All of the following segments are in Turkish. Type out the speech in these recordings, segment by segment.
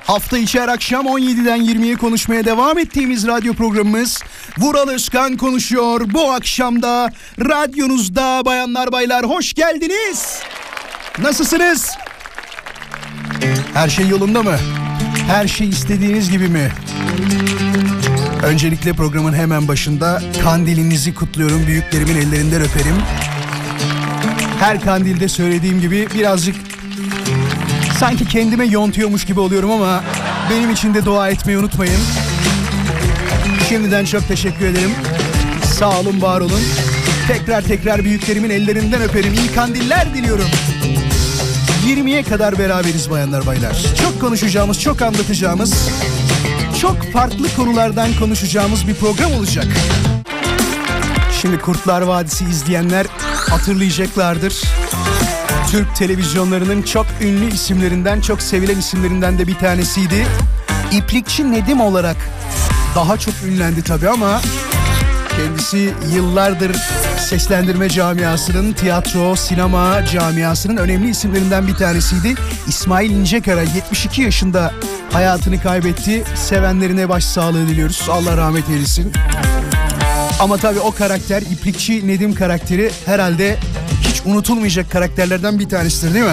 Hafta içi her akşam 17'den 20'ye konuşmaya devam ettiğimiz radyo programımız Vural Özkan konuşuyor. Bu akşam da radyonuzda bayanlar baylar hoş geldiniz. Nasılsınız? Her şey yolunda mı? Her şey istediğiniz gibi mi? Öncelikle programın hemen başında kandilinizi kutluyorum. Büyüklerimin ellerinden öperim. Her kandilde söylediğim gibi birazcık sanki kendime yontuyormuş gibi oluyorum ama benim için de dua etmeyi unutmayın. Şimdiden çok teşekkür ederim. Sağ olun, var olun. Tekrar büyüklerimin ellerinden öperim. İyi kandiller diliyorum. 20'ye kadar beraberiz bayanlar baylar. Çok konuşacağımız, çok anlatacağımız, çok farklı konulardan konuşacağımız bir program olacak. Şimdi Kurtlar Vadisi izleyenler hatırlayacaklardır. Türk televizyonlarının çok ünlü isimlerinden, çok sevilen isimlerinden de bir tanesiydi. İplikçi Nedim olarak daha çok ünlendi tabii ama kendisi yıllardır seslendirme camiasının, tiyatro, sinema camiasının önemli isimlerinden bir tanesiydi. İsmail İncekara 72 yaşında hayatını kaybetti. Sevenlerine başsağlığı diliyoruz. Allah rahmet eylesin. Ama tabii o karakter, İplikçi Nedim karakteri herhalde hiç unutulmayacak karakterlerden bir tanesidir, değil mi?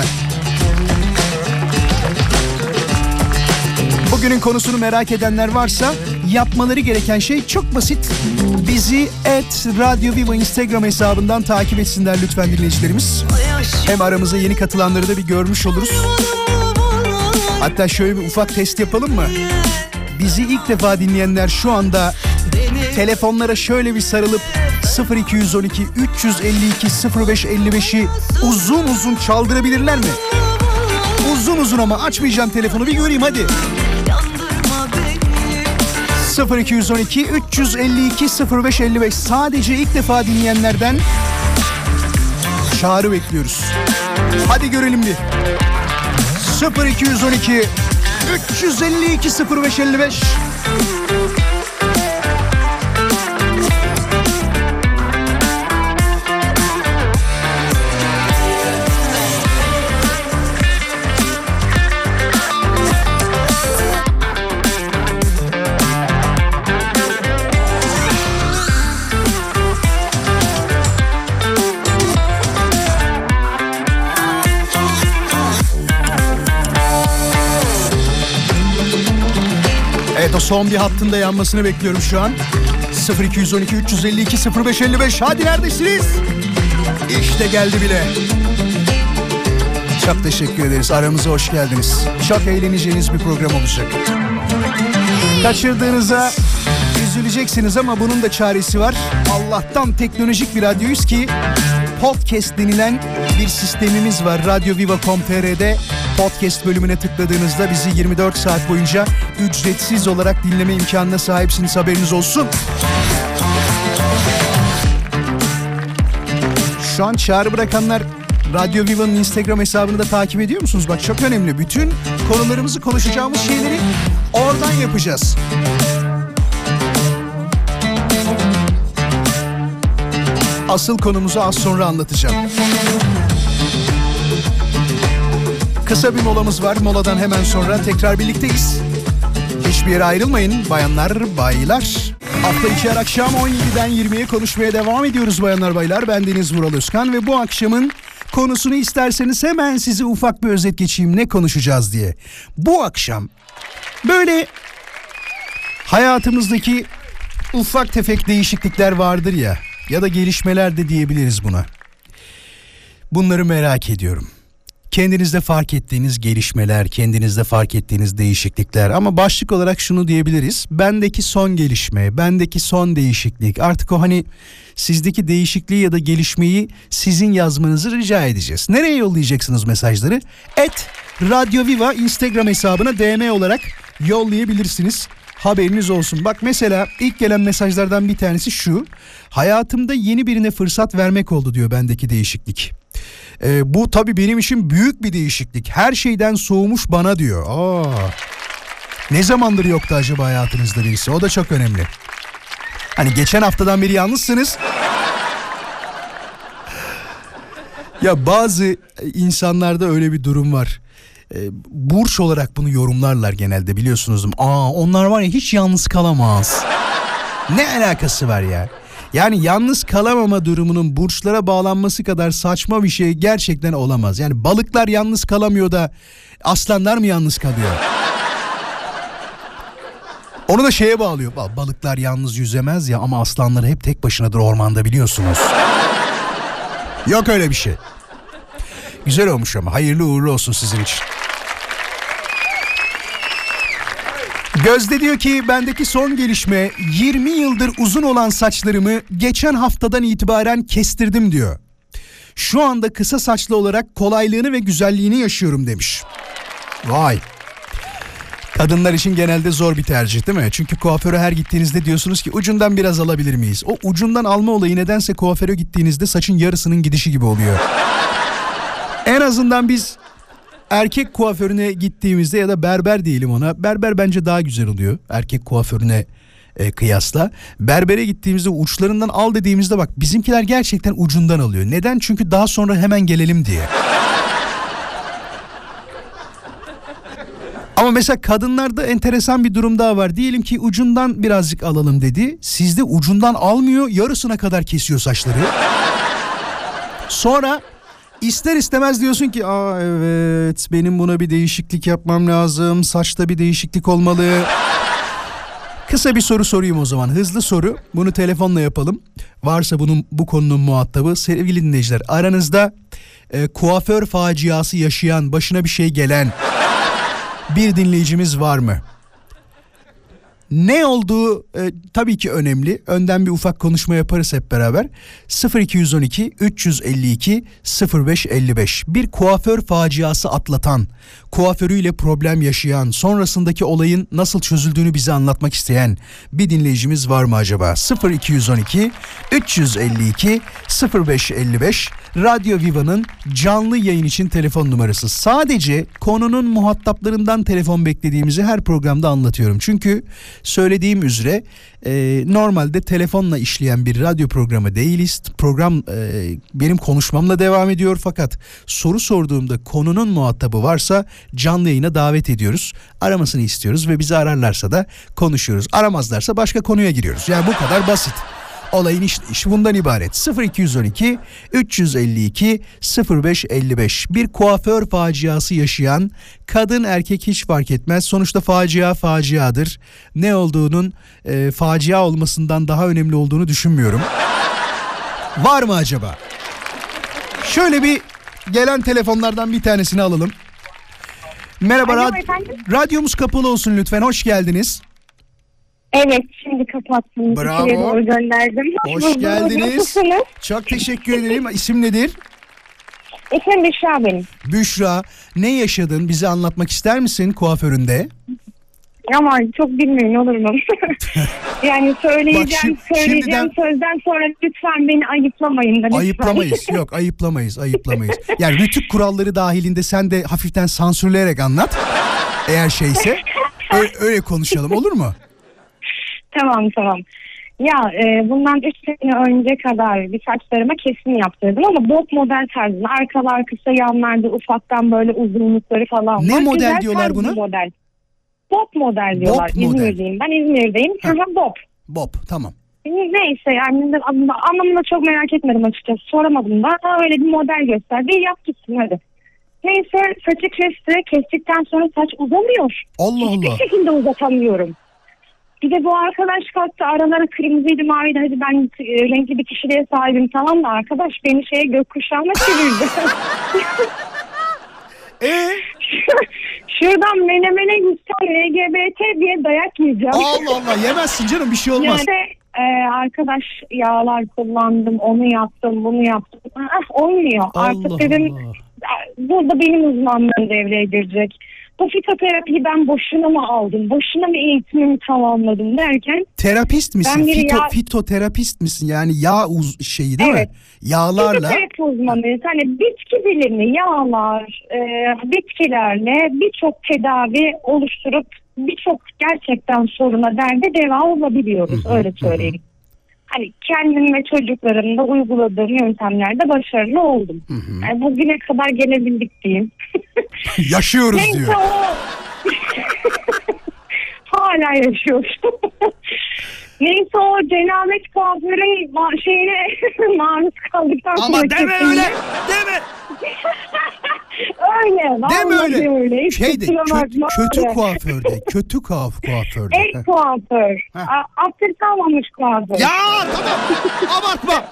Bugünün konusunu merak edenler varsa yapmaları gereken şey çok basit. Bizi @Radyo Viva Instagram hesabından takip etsinler lütfen dinleyicilerimiz. Hem aramıza yeni katılanları da bir görmüş oluruz. Hatta şöyle bir ufak test yapalım mı? Bizi ilk defa dinleyenler şu anda telefonlara şöyle bir sarılıp 0212 352 0555'i uzun uzun çaldırabilirler mi? Uzun uzun ama açmayacağım telefonu, bir göreyim hadi. 0212 352 0555 sadece ilk defa dinleyenlerden çağrı bekliyoruz. Hadi görelim bir. 0212 352 0555. Evet, o son bir hattında yanmasını bekliyorum şu an. 0212 352 0555. Hadi neredesiniz? İşte geldi bile. Çok teşekkür ederiz. Aramıza hoş geldiniz. Çok eğleneceğiniz bir program olacak. Kaçırdığınıza üzüleceksiniz ama bunun da çaresi var. Allah'tan teknolojik bir radyoyuz ki podcast denilen bir sistemimiz var. Radyoviva.com.tr'de podcast bölümüne tıkladığınızda bizi 24 saat boyunca ücretsiz olarak dinleme imkanına sahipsiniz, haberiniz olsun. Şu an çağrı bırakanlar Radyo Viva'nın Instagram hesabını da takip ediyor musunuz? Bak çok önemli. Bütün konularımızı, konuşacağımız şeyleri oradan yapacağız. Asıl konumuzu az sonra anlatacağım. Kısa bir molamız var. Moladan hemen sonra tekrar birlikteyiz. Hiçbir yere ayrılmayın bayanlar, baylar. Hafta içi her akşam 17'den 20'ye konuşmaya devam ediyoruz bayanlar, baylar. Ben Deniz Vural Özkan ve bu akşamın konusunu isterseniz hemen size ufak bir özet geçeyim ne konuşacağız diye. Bu akşam böyle hayatımızdaki ufak tefek değişiklikler vardır ya da gelişmeler de diyebiliriz buna. Bunları merak ediyorum. Kendinizde fark ettiğiniz gelişmeler, kendinizde fark ettiğiniz değişiklikler, ama başlık olarak şunu diyebiliriz. Bendeki son gelişme, bendeki son değişiklik. Artık o hani sizdeki değişikliği ya da gelişmeyi sizin yazmanızı rica edeceğiz. Nereye yollayacaksınız mesajları? @Radyo Viva Instagram hesabına DM olarak yollayabilirsiniz. Haberiniz olsun. Bak mesela ilk gelen mesajlardan bir tanesi şu. Hayatımda yeni birine fırsat vermek oldu diyor bendeki değişiklik. Bu tabii benim için büyük bir değişiklik. Her şeyden soğumuş bana diyor. Ne zamandır yoktu acaba hayatınızda birisi? O da çok önemli. Hani geçen haftadan beri yalnızsınız. Ya bazı insanlarda öyle bir durum var. burç olarak bunu yorumlarlar genelde, biliyorsunuz. Onlar var ya, hiç yalnız kalamaz. Ne alakası var ya? Yani yalnız kalamama durumunun burçlara bağlanması kadar saçma bir şey gerçekten olamaz. Yani balıklar yalnız kalamıyor da aslanlar mı yalnız kalıyor? Onu da şeye bağlıyor. Balıklar yalnız yüzemez ya, ama aslanları hep tek başınadır ormanda, biliyorsunuz. Yok öyle bir şey. Güzel olmuş ama, hayırlı uğurlu olsun sizin için. Gözde diyor ki bendeki son gelişme, 20 yıldır uzun olan saçlarımı geçen haftadan itibaren kestirdim diyor. Şu anda kısa saçlı olarak kolaylığını ve güzelliğini yaşıyorum demiş. Vay. Kadınlar için genelde zor bir tercih değil mi? Çünkü kuaföre her gittiğinizde diyorsunuz ki ucundan biraz alabilir miyiz? O ucundan alma olayı nedense kuaföre gittiğinizde saçın yarısının gidişi gibi oluyor. En azından biz erkek kuaförüne gittiğimizde, ya da berber diyelim ona. Berber bence daha güzel oluyor erkek kuaförüne kıyasla. Berbere gittiğimizde uçlarından al dediğimizde bak, bizimkiler gerçekten ucundan alıyor. Neden? Çünkü daha sonra hemen gelelim diye. Ama mesela kadınlarda enteresan bir durum daha var. Diyelim ki ucundan birazcık alalım dedi. Sizde ucundan almıyor, yarısına kadar kesiyor saçları. Sonra ister istemez diyorsun ki evet, benim buna bir değişiklik yapmam lazım. Saçta bir değişiklik olmalı. Kısa bir soru sorayım o zaman. Hızlı soru. Bunu telefonla yapalım. Varsa bu konunun muhatabı. Sevgili dinleyiciler, aranızda kuaför faciası yaşayan, başına bir şey gelen bir dinleyicimiz var mı? Ne olduğu tabii ki önemli. Önden bir ufak konuşma yaparız hep beraber. 0212 352 0555. Bir kuaför faciası atlatan, kuaförüyle problem yaşayan, sonrasındaki olayın nasıl çözüldüğünü bize anlatmak isteyen bir dinleyicimiz var mı acaba? 0212 352 0555. Radyo Viva'nın canlı yayın için telefon numarası. Sadece konunun muhataplarından telefon beklediğimizi her programda anlatıyorum. Çünkü söylediğim üzere normalde telefonla işleyen bir radyo programı değiliz. Program benim konuşmamla devam ediyor, fakat soru sorduğumda konunun muhatabı varsa canlı yayına davet ediyoruz. Aramasını istiyoruz ve bizi ararlarsa da konuşuyoruz. Aramazlarsa başka konuya giriyoruz. Yani bu kadar basit. Olayın işi bundan ibaret. 0212 352 0555. Bir kuaför faciası yaşayan, kadın erkek hiç fark etmez. Sonuçta faciadır. Ne olduğunun facia olmasından daha önemli olduğunu düşünmüyorum. Var mı acaba? Şöyle bir gelen telefonlardan bir tanesini alalım. Merhaba, radyomuz kapalı olsun lütfen. Hoş geldiniz. Evet, şimdi kapattım. Bravo. Gönderdim. Hoş geldiniz. Çok teşekkür ederim. İsim nedir? İsmim Büşra benim. Büşra, ne yaşadın? Bize anlatmak ister misin kuaföründe? Ama çok bilmiyorum, olur mu? Yani söyleyeceğim şimdiden... sözden sonra lütfen beni ayıplamayın da lütfen. Ayıplamayız. Yok, ayıplamayız. Yani rütük kuralları dahilinde sen de hafiften sansürleyerek anlat. Eğer şeyse öyle konuşalım, olur mu? Tamam. Ya bundan 3 sene önce kadar bir saçlarıma kesim yaptırdım ama bob model tarzında. Arkalar kısa, yanlarda ufaktan böyle uzunlukları falan. Ne model diyorlar buna? Model. Bob model diyorlar. Bob model. İzmir'deyim. Ben İzmir'deyim. Bob. Bob, tamam. Neyse yani anlamını çok merak etmedim açıkçası. Soramadım da. Öyle bir model gösterdi. Yap gitsin hadi. Neyse saçı kesti. Kestikten sonra saç uzamıyor. Allah Allah. Hiçbir şekilde uzatamıyorum. Bir de bu arkadaş kalktı, araları kırmızıydı, maviydi. Hadi ben renkli bir kişiliğe sahibim, tamam da arkadaş beni gökkuşağına çevirdi. Şuradan menemene gitsem LGBT diye dayak yiyeceğim. Allah Allah, yemezsin canım, bir şey olmaz. Yani arkadaş yağlar kullandım, onu yaptım, bunu yaptım. Olmuyor. Allah Artık dedim Allah. Burada benim uzmanlığım devreye girecek. Bu fitoterapiyi ben boşuna mı aldım? Boşuna mı eğitimimi tamamladım derken. Terapist misin? Fitoterapist misin? Yani yağ şeyi değil mi? Yağlarla. Fitoterapi uzmanıyız. Hani bitki bilimi, yağlar, bitkilerle birçok tedavi oluşturup birçok gerçekten soruna, derde deva olabiliyoruz. Öyle söyleyeyim. hani kendim ve çocuklarımda uyguladığım yöntemlerde başarılı oldum. Yani bugüne kadar gelebildik diyeyim. Yaşıyoruz Neyse diyor. Hala yaşıyoruz. Neyse o cenabet kuaförün şeyine maruz kaldıktan sonra... Ama deme kesinlikle... öyle, deme. Öyle. Deme öyle. Hiç Şeyde kusura bakma kötü öyle. kuaförde, kötü kuaförde. El kuaför. Abdest kuaför. Ya tamam, abartma.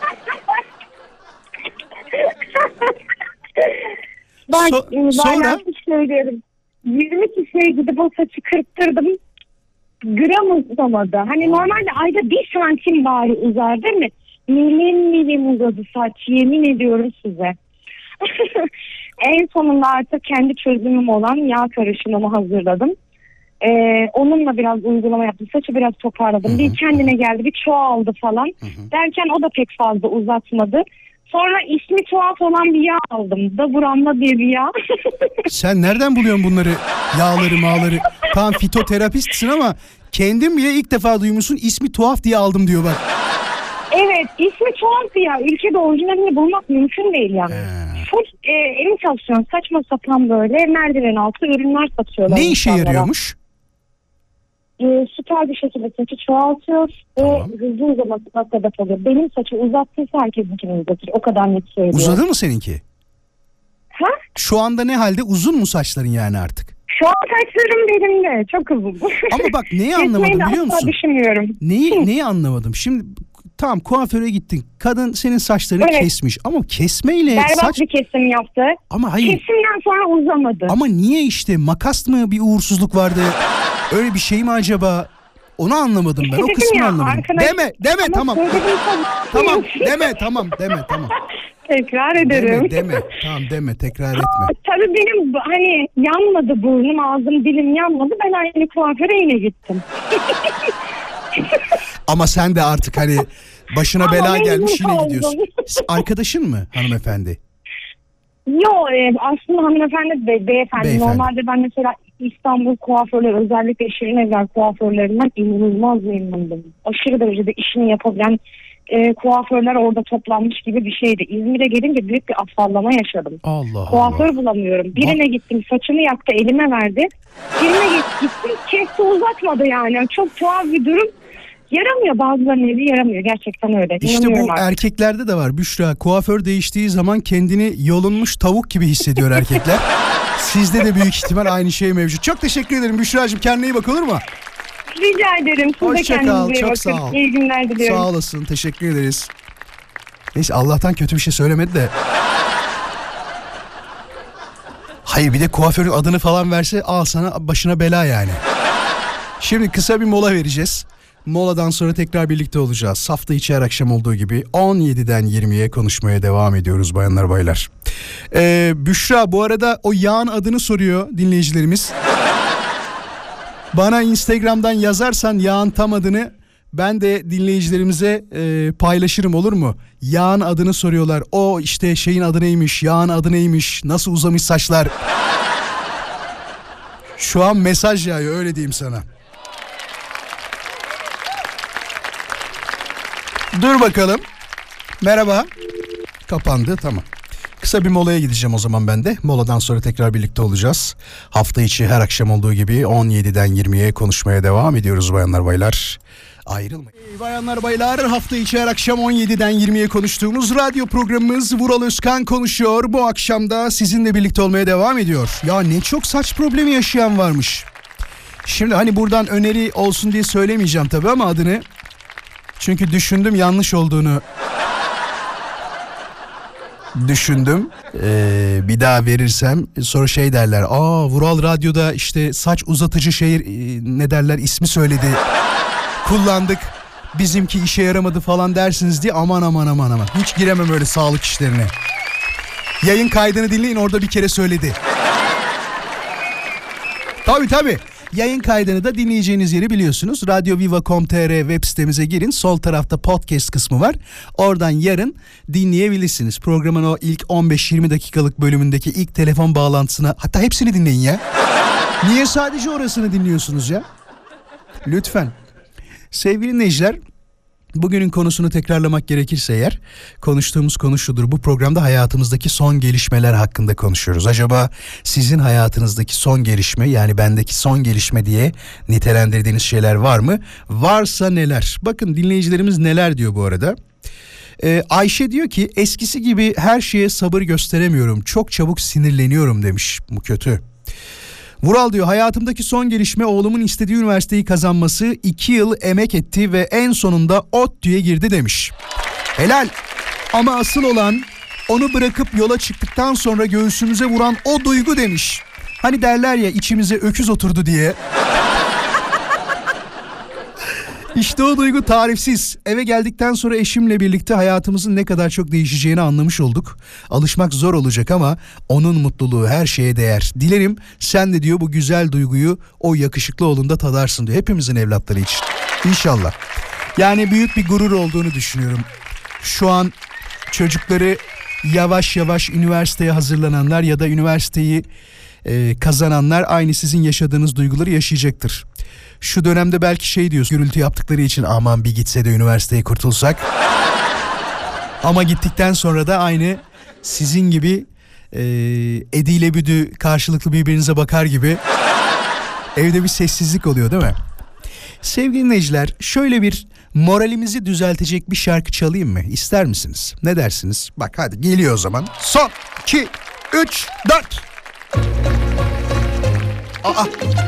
Bak sonra? söylüyorum. 20 kişiye gidip o saçı kırptırdım. Gram uzamadı. Hani normalde ayda 1 santim bari uzar değil mi? Milim uzadı saç. Yemin ediyorum size. En sonunda artık kendi çözümüm olan yağ karışımımı hazırladım. Onunla biraz uygulama yaptım. Saçı biraz toparladım. Bir kendine geldi, bir çoğaldı falan. Derken o da pek fazla uzatmadı. Sonra ismi tuhaf olan bir yağ aldım. Daburanla diye bir yağ. Sen nereden buluyorsun bunları? Yağları mağları. Tamam fitoterapistsin ama kendin bile ilk defa duymuşsun, ismi tuhaf diye aldım diyor bak. Evet, ismi tuhaf ya. Ülkede orijinalini bulmak mümkün değil yani. Full imitasyon, saçma sapan böyle merdiven altı ürünler satıyorlar. Ne işe insanlara. yarıyormuş? Süper bir şekilde saçı çoğaltıyor ve hızlı uzamasına sebep oluyor. Benim saçı uzattıysa herkesinkini uzatır. O kadar net söylüyorum. Uzadı mı seninki? Ha? Şu anda ne halde? Uzun mu saçların yani artık? Şu an saçlarım benim de. Çok uzun. Ama bak neyi anlamadım biliyor musun? Düşünmüyorum. Neyi anlamadım? Şimdi tamam kuaföre gittin. Kadın senin saçlarını kesmiş ama kesmeyle berbat bir kesim yaptı. Ama hayır. Kesimden sonra uzamadı. Ama niye işte makas mı bir uğursuzluk vardı? Öyle bir şey mi acaba? Onu anlamadım ben. O kısmını anlamadım. Deme tamam. Tamam deme. Tekrar ederim. Deme tekrar etme. Tabii benim hani yanmadı burnum, ağzım, dilim yanmadı. Ben aynı kuaföre yine gittim. Ama sen de artık hani başına bela gelmiş yine gidiyorsun. Arkadaşın mı hanımefendi? Yok aslında hanımefendi de beyefendi. Normalde ben mesela İstanbul kuaförleri, özellikle Şirin Evler kuaförlerinden inanılmaz memnundum. Aşırı derecede işini yapabilen kuaförler orada toplanmış gibi bir şeydi. İzmir'e gelince büyük bir afallama yaşadım. Kuaför bulamıyorum. Birine gittim, saçımı yaktı, elime verdi. Birine gittim, kesti, uzatmadı yani. Çok tuhaf bir durum. Yaramıyor, bazılarının evi yaramıyor, gerçekten öyle. İşte bu erkeklerde de var Büşra. Kuaför değiştiği zaman kendini yolunmuş tavuk gibi hissediyor erkekler. Sizde de büyük ihtimal aynı şey mevcut. Çok teşekkür ederim Büşra'cığım, kendine iyi bak, olur mu? Rica ederim. Hoşça kal, çok sağ ol. İyi günler diliyorum. Sağ olasın, teşekkür ederiz. Neyse Allah'tan kötü bir şey söylemedi de. Hayır bir de kuaförün adını falan verse al sana başına bela yani. Şimdi kısa bir mola vereceğiz. Moladan sonra tekrar birlikte olacağız. Hafta içi her akşam olduğu gibi 17'den 20'ye konuşmaya devam ediyoruz bayanlar baylar. Büşra bu arada o yağın adını soruyor dinleyicilerimiz. Bana Instagram'dan yazarsan yağın tam adını ben de dinleyicilerimize paylaşırım, olur mu? Yağın adını soruyorlar. O işte şeyin adı neymiş, yağın adı neymiş, nasıl uzamış saçlar. Şu an mesaj yağıyor, öyle diyeyim sana. Dur bakalım. Merhaba. Kapandı, tamam. Kısa bir molaya gideceğim o zaman ben de. Moladan sonra tekrar birlikte olacağız. Hafta içi her akşam olduğu gibi 17'den 20'ye konuşmaya devam ediyoruz bayanlar baylar. Ayrılmayın. Bayanlar baylar, hafta içi her akşam 17'den 20'ye konuştuğumuz radyo programımız Vural Özkan konuşuyor. Bu akşam da sizinle birlikte olmaya devam ediyor. Ya ne çok saç problemi yaşayan varmış. Şimdi hani buradan öneri olsun diye söylemeyeceğim tabii ama adını. Çünkü düşündüm yanlış olduğunu. Düşündüm. Bir daha verirsem sonra şey derler. Vural Radyo'da işte saç uzatıcı ne derler ismi söyledi. Kullandık. Bizimki işe yaramadı falan dersiniz diye aman. Hiç giremem öyle sağlık işlerine. Yayın kaydını dinleyin, orada bir kere söyledi. Tabii. Yayın kaydını da dinleyeceğiniz yeri biliyorsunuz. Radyoviva.com.tr web sitemize girin. Sol tarafta podcast kısmı var. Oradan yarın dinleyebilirsiniz. Programın o ilk 15-20 dakikalık bölümündeki ilk telefon bağlantısına, hatta hepsini dinleyin ya. Niye sadece orasını dinliyorsunuz ya? Lütfen. Sevgili dinleyiciler, Bugünün konusunu tekrarlamak gerekirse eğer, konuştuğumuz konu şudur: bu programda hayatımızdaki son gelişmeler hakkında konuşuyoruz. Acaba sizin hayatınızdaki son gelişme, yani bendeki son gelişme diye nitelendirdiğiniz şeyler var mı? Varsa neler? Bakın dinleyicilerimiz neler diyor bu arada. Ayşe diyor ki eskisi gibi her şeye sabır gösteremiyorum, çok çabuk sinirleniyorum demiş. Bu kötü. Vural diyor hayatımdaki son gelişme oğlumun istediği üniversiteyi kazanması, 2 yıl emek etti ve en sonunda ODTÜ'ye girdi demiş. Helal. Ama asıl olan onu bırakıp yola çıktıktan sonra göğsümüze vuran o duygu demiş. Hani derler ya içimize öküz oturdu diye. İşte o duygu tarifsiz. Eve geldikten sonra eşimle birlikte hayatımızın ne kadar çok değişeceğini anlamış olduk. Alışmak zor olacak ama onun mutluluğu her şeye değer. Dilerim sen de diyor bu güzel duyguyu o yakışıklı oğlunda tadarsın diyor. Hepimizin evlatları için. İnşallah. Yani büyük bir gurur olduğunu düşünüyorum. Şu an çocukları yavaş yavaş üniversiteye hazırlananlar ya da üniversiteyi kazananlar aynı sizin yaşadığınız duyguları yaşayacaktır. Şu dönemde belki şey diyorsun, gürültü yaptıkları için aman bir gitse de üniversiteye kurtulsak. Ama gittikten sonra da aynı sizin gibi Edi ile Büdü karşılıklı birbirinize bakar gibi evde bir sessizlik oluyor değil mi? Sevgili dinleyiciler, şöyle bir moralimizi düzeltecek bir şarkı çalayım mı? İster misiniz? Ne dersiniz? Bak hadi geliyor o zaman. Son 2, 3, 4. Aa!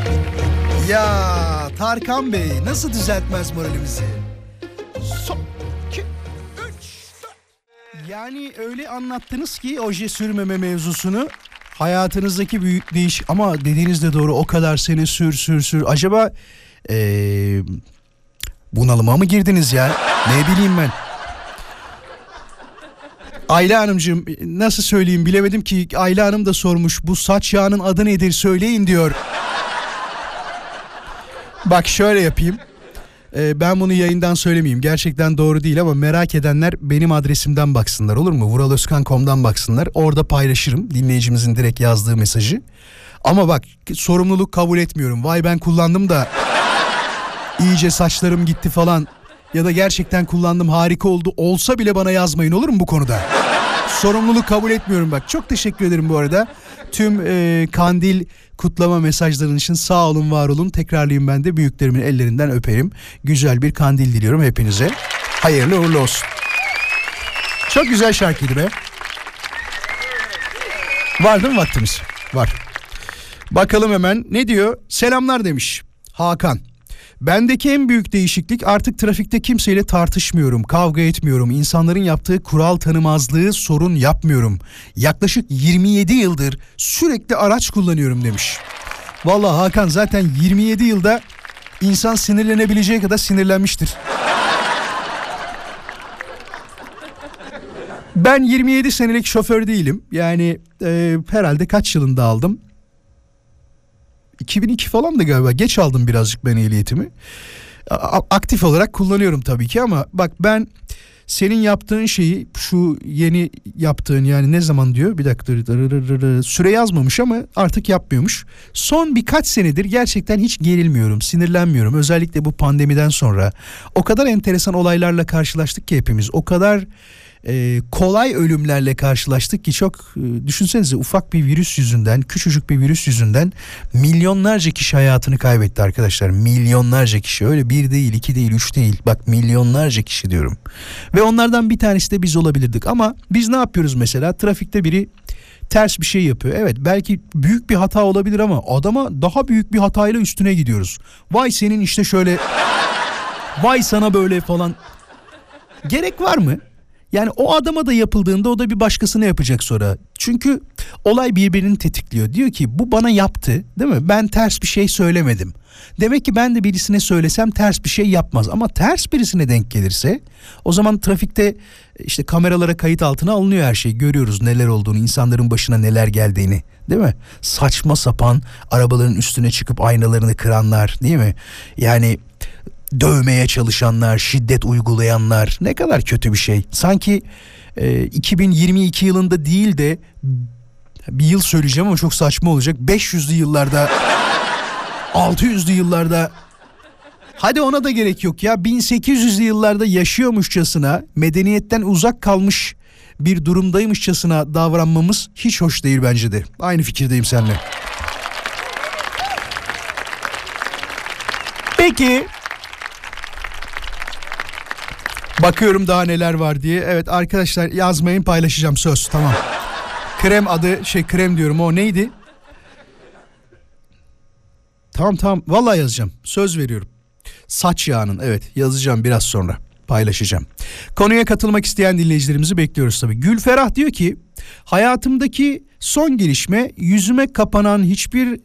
Ya Tarkan Bey nasıl düzeltmez moralimizi? Son 2, 3, 4. Yani öyle anlattınız ki oje sürmeme mevzusunu, hayatınızdaki büyük ama dediğiniz de doğru, o kadar sene sür. Acaba bunalıma mı girdiniz ya? Ne bileyim ben. Ayla Hanımcığım nasıl söyleyeyim bilemedim ki. Ayla Hanım da sormuş, bu saç yağının adı nedir söyleyin diyor. Bak şöyle yapayım. Ben bunu yayından söylemeyeyim. Gerçekten doğru değil ama merak edenler benim adresimden baksınlar, olur mu? vuraloskan.com'dan baksınlar. Orada paylaşırım dinleyicimizin direkt yazdığı mesajı. Ama bak sorumluluk kabul etmiyorum. Vay ben kullandım da iyice saçlarım gitti falan. Ya da gerçekten kullandım harika oldu. Olsa bile bana yazmayın, olur mu bu konuda? Sorumluluk kabul etmiyorum bak. Çok teşekkür ederim bu arada. Tüm kandil kutlama mesajların için sağ olun, var olun. Tekrarlayayım, ben de büyüklerimin ellerinden öperim. Güzel bir kandil diliyorum hepinize. Hayırlı uğurlu olsun. Çok güzel şarkıydı be. Var değil mi vaktimiz? Var. Bakalım hemen ne diyor? Selamlar demiş Hakan. Bendeki en büyük değişiklik, artık trafikte kimseyle tartışmıyorum, kavga etmiyorum. İnsanların yaptığı kural tanımazlığı sorun yapmıyorum. Yaklaşık 27 yıldır sürekli araç kullanıyorum demiş. Vallahi Hakan zaten 27 yılda insan sinirlenebileceği kadar sinirlenmiştir. Ben 27 senelik şoför değilim. Yani herhalde kaç yılında aldım? 2002 falan da galiba. Geç aldım birazcık ben ehliyetimi. Aktif olarak kullanıyorum tabii ki ama bak ben senin yaptığın şeyi, şu yeni yaptığın, yani ne zaman diyor, bir dakika süre yazmamış ama artık yapmıyormuş. Son birkaç senedir gerçekten hiç gerilmiyorum, sinirlenmiyorum. Özellikle bu pandemiden sonra o kadar enteresan olaylarla karşılaştık ki hepimiz. O kadar kolay ölümlerle karşılaştık ki çok, düşünsenize, ufak bir virüs yüzünden, küçücük bir virüs yüzünden milyonlarca kişi hayatını kaybetti arkadaşlar. Milyonlarca kişi, öyle bir değil, iki değil, üç değil, bak milyonlarca kişi diyorum. Ve onlardan bir tanesi de biz olabilirdik. Ama biz ne yapıyoruz mesela? Trafikte biri ters bir şey yapıyor. Evet, belki büyük bir hata olabilir ama adama daha büyük bir hatayla üstüne gidiyoruz. Vay senin işte şöyle, vay sana böyle falan. Gerek var mı? Yani o adama da yapıldığında o da bir başkasına yapacak sonra. Çünkü olay birbirini tetikliyor. Diyor ki bu bana yaptı, değil mi? Ben ters bir şey söylemedim. Demek ki ben de birisine söylesem ters bir şey yapmaz. Ama ters birisine denk gelirse o zaman trafikte işte kameralara kayıt altına alınıyor her şey. Görüyoruz neler olduğunu, insanların başına neler geldiğini, değil mi? Saçma sapan arabaların üstüne çıkıp aynalarını kıranlar, değil mi? Yani dövmeye çalışanlar, şiddet uygulayanlar, ne kadar kötü bir şey. Sanki 2022 yılında değil de bir yıl söyleyeceğim ama çok saçma olacak. 500'lü yıllarda, 600'lü yıllarda Hadi ona da gerek yok ya. 1800'lü yıllarda yaşıyormuşçasına, medeniyetten uzak kalmış bir durumdaymışçasına davranmamız hiç hoş değil bence de. Aynı fikirdeyim seninle. Peki. Bakıyorum daha neler var diye. Evet arkadaşlar, yazmayın, paylaşacağım, söz, tamam. Krem adı krem diyorum, o neydi? Tamam vallahi yazacağım, söz veriyorum. Saç yağının, evet, yazacağım biraz sonra, paylaşacağım. Konuya katılmak isteyen dinleyicilerimizi bekliyoruz tabii. Gülferah diyor ki hayatımdaki son gelişme yüzüme kapanan hiçbir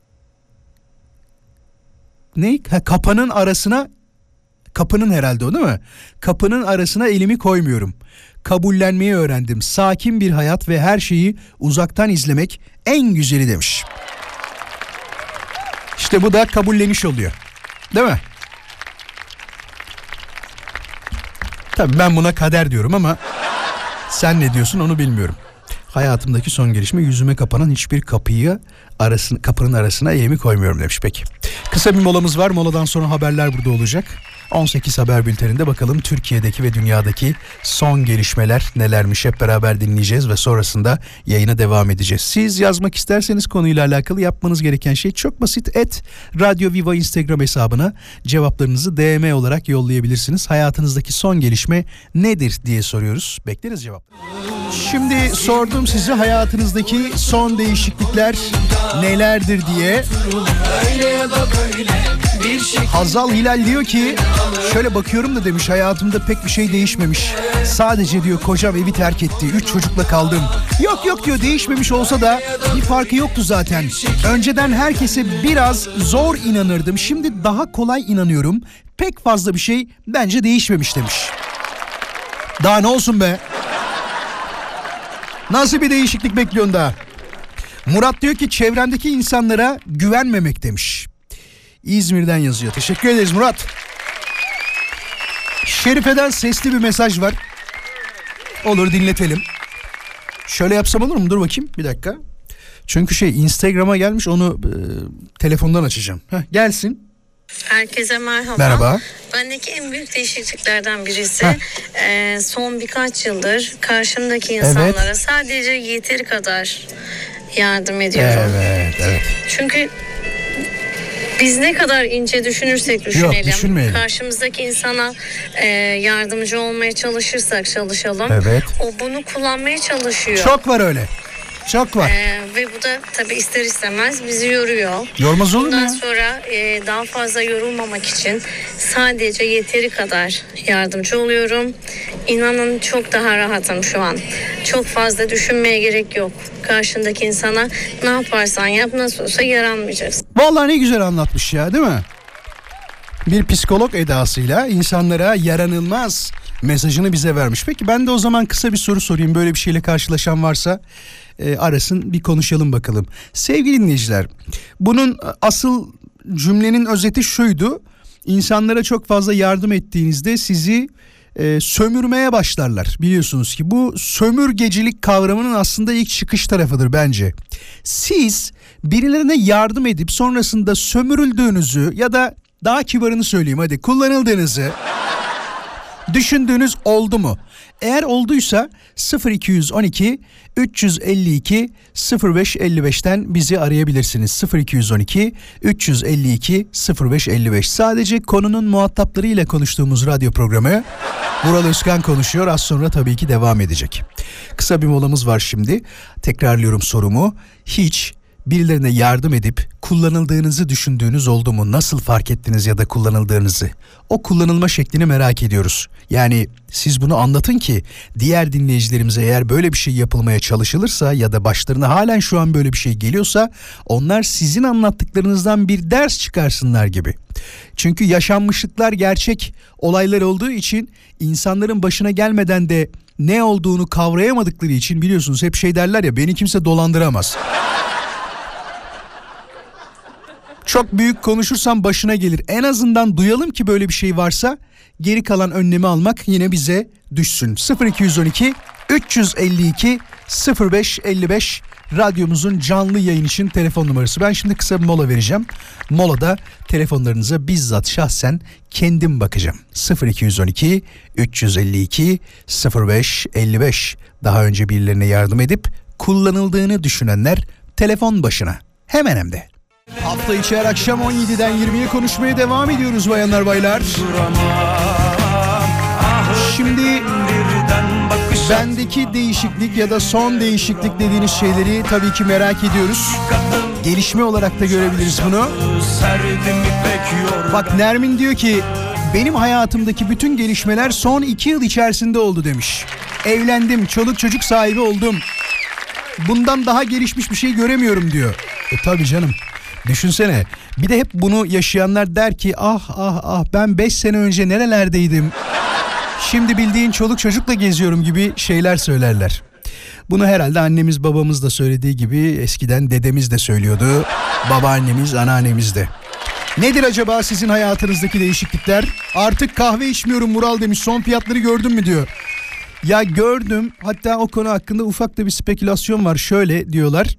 kapının arasına, kapının herhalde o değil mi? Kapının arasına elimi koymuyorum. Kabullenmeyi öğrendim. Sakin bir hayat ve her şeyi uzaktan izlemek en güzeli demiş. İşte bu da kabulleniş oluyor. Değil mi? Tabii ben buna kader diyorum ama sen ne diyorsun onu bilmiyorum. Hayatımdaki son gelişme yüzüme kapanan hiçbir kapının arasına elimi koymuyorum demiş. Peki. Kısa bir molamız var. Moladan sonra haberler burada olacak. 18 haber bülteninde bakalım Türkiye'deki ve dünyadaki son gelişmeler nelermiş, hep beraber dinleyeceğiz ve sonrasında yayına devam edeceğiz. Siz yazmak isterseniz konuyla alakalı yapmanız gereken şey çok basit. @Radyo Viva Instagram hesabına cevaplarınızı DM olarak yollayabilirsiniz. Hayatınızdaki son gelişme nedir diye soruyoruz. Bekleriz cevap. Şimdi sordum size, hayatınızdaki son değişiklikler nelerdir diye. Hazal Hilal diyor ki şöyle bakıyorum da demiş, hayatımda pek bir şey değişmemiş. Sadece diyor kocam evi terk etti. 3 çocukla kaldım. Yok diyor, değişmemiş olsa da bir farkı yoktu zaten. Önceden herkese biraz zor inanırdım. Şimdi daha kolay inanıyorum. Pek fazla bir şey bence değişmemiş demiş. Daha ne olsun be? Nasıl bir değişiklik bekliyorsun daha? Murat diyor ki çevremdeki insanlara güvenmemek demiş. İzmir'den yazıyor. Teşekkür ederiz Murat. Şerife'den sesli bir mesaj var. Olur, dinletelim. Şöyle yapsam olur mu? Dur bakayım bir dakika. Çünkü Instagram'a gelmiş, onu telefondan açacağım. Gelsin. Herkese merhaba. Merhaba. Bendeki en büyük değişikliklerden birisi son birkaç yıldır karşımdaki insanlara sadece yeteri kadar yardım ediyorum. Evet. Çünkü biz ne kadar ince düşünürsek düşünelim, karşımızdaki insana yardımcı olmaya çalışalım. Evet. O bunu kullanmaya çalışıyor. Çok var öyle. Çok var. Ve bu da tabii ister istemez bizi yoruyor. Yormaz olur mu? Bundan sonra daha fazla yorulmamak için sadece yeteri kadar yardımcı oluyorum. İnanın çok daha rahatım şu an. Çok fazla düşünmeye gerek yok. Karşındaki insana ne yaparsan yap, nasıl olsa yaranmayacaksın. Vallahi ne güzel anlatmış ya, değil mi? Bir psikolog edasıyla insanlara yaranılmaz mesajını bize vermiş. Peki ben de o zaman kısa bir soru sorayım. Böyle bir şeyle karşılaşan varsa arasın, bir konuşalım bakalım. Sevgili dinleyiciler, bunun asıl cümlenin özeti şuydu. İnsanlara çok fazla yardım ettiğinizde sizi sömürmeye başlarlar. Biliyorsunuz ki bu sömürgecilik kavramının aslında ilk çıkış tarafıdır bence. Siz birilerine yardım edip sonrasında sömürüldüğünüzü ya da daha kibarını söyleyeyim hadi, kullanıldığınızı düşündüğünüz oldu mu? Eğer olduysa 0212 352 0555'ten bizi arayabilirsiniz. 0212 352 0555. Sadece konunun muhataplarıyla konuştuğumuz radyo programı. Vural Özkan konuşuyor. Az sonra tabii ki devam edecek. Kısa bir molamız var şimdi. Tekrarlıyorum sorumu. Hiç birilerine yardım edip kullanıldığınızı düşündüğünüz oldu mu? Nasıl fark ettiniz ya da kullanıldığınızı? O kullanılma şeklini merak ediyoruz. Yani siz bunu anlatın ki diğer dinleyicilerimize, eğer böyle bir şey yapılmaya çalışılırsa ya da başlarına halen şu an böyle bir şey geliyorsa, onlar sizin anlattıklarınızdan bir ders çıkarsınlar gibi. Çünkü yaşanmışlıklar gerçek olaylar olduğu için insanların başına gelmeden de ne olduğunu kavrayamadıkları için, biliyorsunuz hep derler ya, beni kimse dolandıramaz. Çok büyük konuşursam başına gelir. En azından duyalım ki böyle bir şey varsa, geri kalan önlemi almak yine bize düşsün. 0212 352 0555 radyomuzun canlı yayın için telefon numarası. Ben şimdi kısa bir mola vereceğim. Molada telefonlarınıza bizzat şahsen kendim bakacağım. 0212 352 0555. Daha önce birilerine yardım edip kullanıldığını düşünenler telefon başına. Hemen hem de. Hafta içi her akşam 17'den 20'ye konuşmaya devam ediyoruz bayanlar baylar. Şimdi bendeki değişiklik ya da son değişiklik dediğiniz şeyleri tabii ki merak ediyoruz. Gelişme olarak da görebiliriz bunu. Bak Nermin diyor ki benim hayatımdaki bütün gelişmeler son 2 yıl içerisinde oldu demiş. Evlendim, çoluk çocuk sahibi oldum. Bundan daha gelişmiş bir şey göremiyorum diyor. Tabii canım. Düşünsene. Bir de hep bunu yaşayanlar der ki ah ben 5 sene önce nerelerdeydim. Şimdi bildiğin çoluk çocukla geziyorum gibi şeyler söylerler. Bunu herhalde annemiz babamız da söylediği gibi eskiden dedemiz de söylüyordu. Babaannemiz, anneannemiz de. Nedir acaba sizin hayatınızdaki değişiklikler? Artık kahve içmiyorum Mural demiş. Son fiyatları gördün mü diyor. Ya gördüm. Hatta o konu hakkında ufak da bir spekülasyon var. Şöyle diyorlar.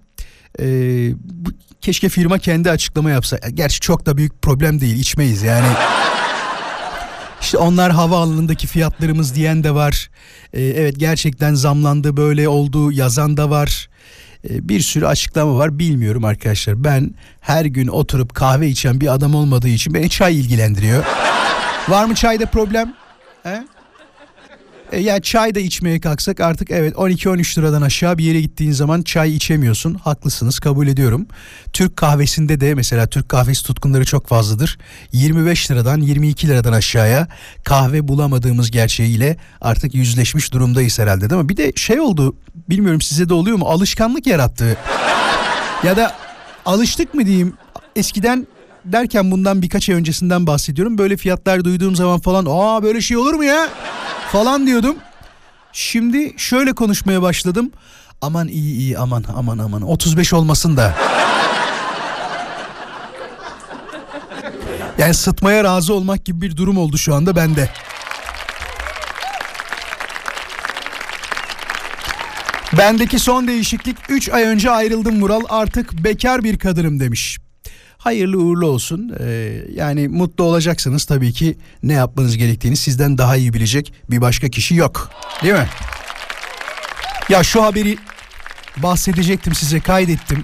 Keşke firma kendi açıklama yapsa. Gerçi çok da büyük problem değil. İçmeyiz yani. İşte onlar havaalanındaki fiyatlarımız diyen de var. Evet gerçekten zamlandı böyle oldu yazan da var. Bir sürü açıklama var bilmiyorum arkadaşlar. Ben her gün oturup kahve içen bir adam olmadığı için beni çay ilgilendiriyor. Var mı çayda problem? He? Ya çay da içmeye kalksak artık evet 12-13 liradan aşağı bir yere gittiğin zaman çay içemiyorsun. Haklısınız, kabul ediyorum. Türk kahvesinde de mesela Türk kahvesi tutkunları çok fazladır. 25 liradan 22 liradan aşağıya kahve bulamadığımız gerçeğiyle artık yüzleşmiş durumdayız herhalde değil mi? Bir de şey oldu, bilmiyorum size de oluyor mu, alışkanlık yarattı. Ya da alıştık mı diyeyim, eskiden derken bundan birkaç ay öncesinden bahsediyorum. Böyle fiyatlar duyduğum zaman falan böyle şey olur mu ya falan diyordum. Şimdi şöyle konuşmaya başladım. Aman iyi aman 35 olmasın da. Yani sıtmaya razı olmak gibi bir durum oldu şu anda bende. Bendeki son değişiklik 3 ay önce ayrıldım Mural, artık bekar bir kadınım demiş. Hayırlı uğurlu olsun. Yani mutlu olacaksınız tabii ki, ne yapmanız gerektiğini sizden daha iyi bilecek bir başka kişi yok. Değil mi? Ya şu haberi bahsedecektim size, kaydettim.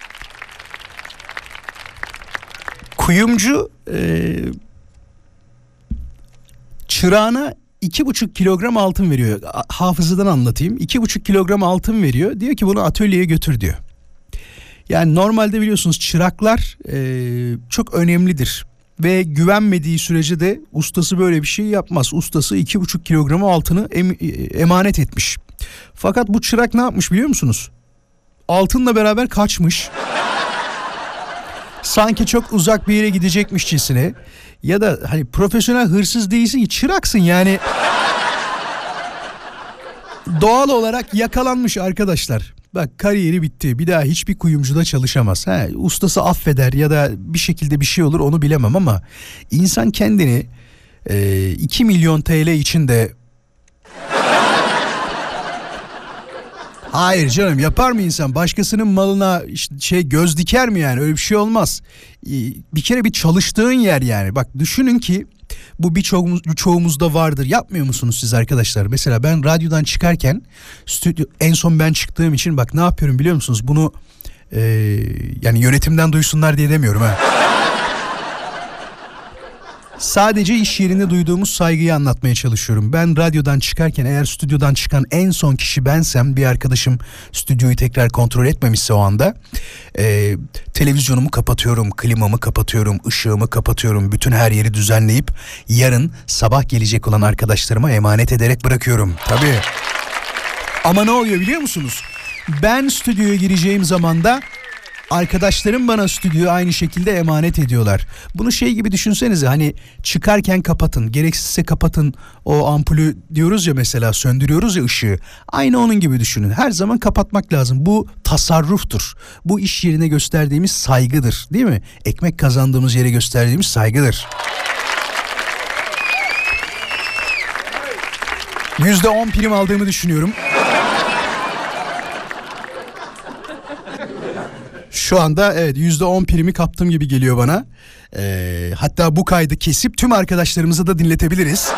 Kuyumcu çırağına 2,5 kilogram altın veriyor. Hafızadan anlatayım. 2,5 kilogram altın veriyor. Diyor ki bunu atölyeye götür diyor. Yani normalde biliyorsunuz çıraklar çok önemlidir. Ve güvenmediği sürece de ustası böyle bir şey yapmaz. Ustası 2,5 kilogramı altını emanet etmiş. Fakat bu çırak ne yapmış biliyor musunuz? Altınla beraber kaçmış. Sanki çok uzak bir yere gidecekmişçesine. Ya da hani profesyonel hırsız değilsin ki, çıraksın yani. Doğal olarak yakalanmış arkadaşlar. Bak kariyeri bitti. Bir daha hiçbir kuyumcuda çalışamaz. Ustası affeder ya da bir şekilde bir şey olur, onu bilemem ama insan kendini 2 milyon TL için de hayır canım, yapar mı insan? Başkasının malına göz diker mi yani? Öyle bir şey olmaz. Bir kere bir çalıştığın yer yani. Bak düşünün ki bu birçoğumuzda vardır. Yapmıyor musunuz siz arkadaşlar? Mesela ben radyodan çıkarken stüdyo, en son ben çıktığım için bak ne yapıyorum biliyor musunuz? Bunu yani yönetimden duysunlar diye demiyorum ha. Sadece iş yerinde duyduğumuz saygıyı anlatmaya çalışıyorum. Ben radyodan çıkarken eğer stüdyodan çıkan en son kişi bensem, bir arkadaşım stüdyoyu tekrar kontrol etmemişse o anda televizyonumu kapatıyorum, klimamı kapatıyorum, ışığımı kapatıyorum, bütün her yeri düzenleyip yarın sabah gelecek olan arkadaşlarıma emanet ederek bırakıyorum. Tabii. Ama ne oluyor biliyor musunuz? Ben stüdyoya gireceğim zaman da arkadaşlarım bana stüdyoyu aynı şekilde emanet ediyorlar. Bunu şey gibi düşünsenize, hani çıkarken kapatın, gereksizse kapatın o ampulü diyoruz ya, mesela söndürüyoruz ya ışığı. Aynı onun gibi düşünün. Her zaman kapatmak lazım. Bu tasarruftur. Bu iş yerine gösterdiğimiz saygıdır, değil mi? Ekmek kazandığımız yere gösterdiğimiz saygıdır. %10 prim aldığımı düşünüyorum. Şu anda evet %10 primi kaptım gibi geliyor bana. Hatta bu kaydı kesip tüm arkadaşlarımıza da dinletebiliriz.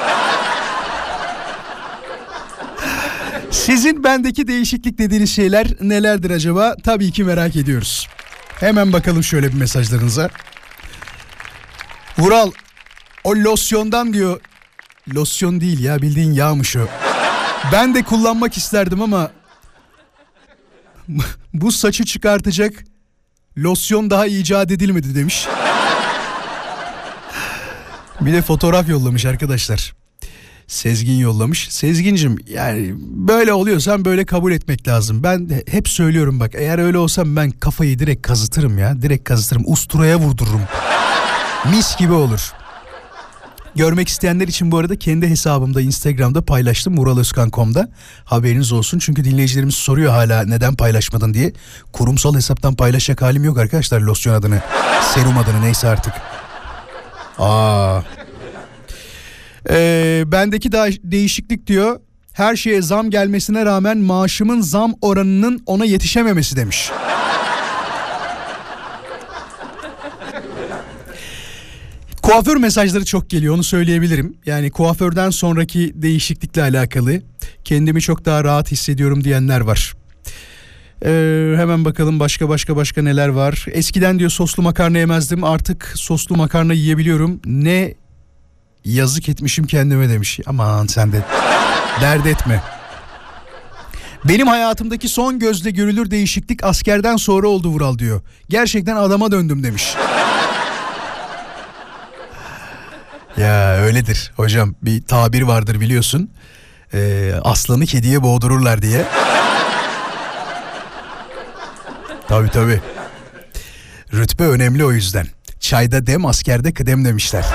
Sizin bendeki değişiklik dediğiniz şeyler nelerdir acaba? Tabii ki merak ediyoruz. Hemen bakalım şöyle bir mesajlarınıza. Vural, o losyondan diyor. Losyon değil ya, bildiğin yağmış o. Ben de kullanmak isterdim ama bu saçı çıkartacak losyon daha icat edilmedi demiş. Bir de fotoğraf yollamış arkadaşlar. Sezgin yollamış. Sezgincim, yani böyle oluyorsan böyle kabul etmek lazım. Ben hep söylüyorum bak, eğer öyle olsam ben kafayı direkt kazıtırım ya. Direkt kazıtırım. Usturaya vurdururum. Mis gibi olur. Görmek isteyenler için bu arada kendi hesabımda Instagram'da paylaştım, vuraloskan.com'da. Haberiniz olsun, çünkü dinleyicilerimiz soruyor hala neden paylaşmadın diye. Kurumsal hesaptan paylaşacak halim yok arkadaşlar, losyon adını, serum adını, neyse artık. Bendeki değişiklik diyor, her şeye zam gelmesine rağmen maaşımın zam oranının ona yetişememesi demiş. Kuaför mesajları çok geliyor, onu söyleyebilirim. Yani kuaförden sonraki değişiklikle alakalı kendimi çok daha rahat hissediyorum diyenler var. Hemen bakalım başka neler var. Eskiden diyor soslu makarna yemezdim, artık soslu makarna yiyebiliyorum. Ne yazık etmişim kendime demiş. Aman sen de dert etme. Benim hayatımdaki son gözle görülür değişiklik askerden sonra oldu Vural diyor. Gerçekten adama döndüm demiş. Ya öyledir hocam, bir tabir vardır biliyorsun. Aslanı kediye boğdururlar diye. Tabii. Rütbe önemli o yüzden. Çayda dem, askerde kıdem demişler.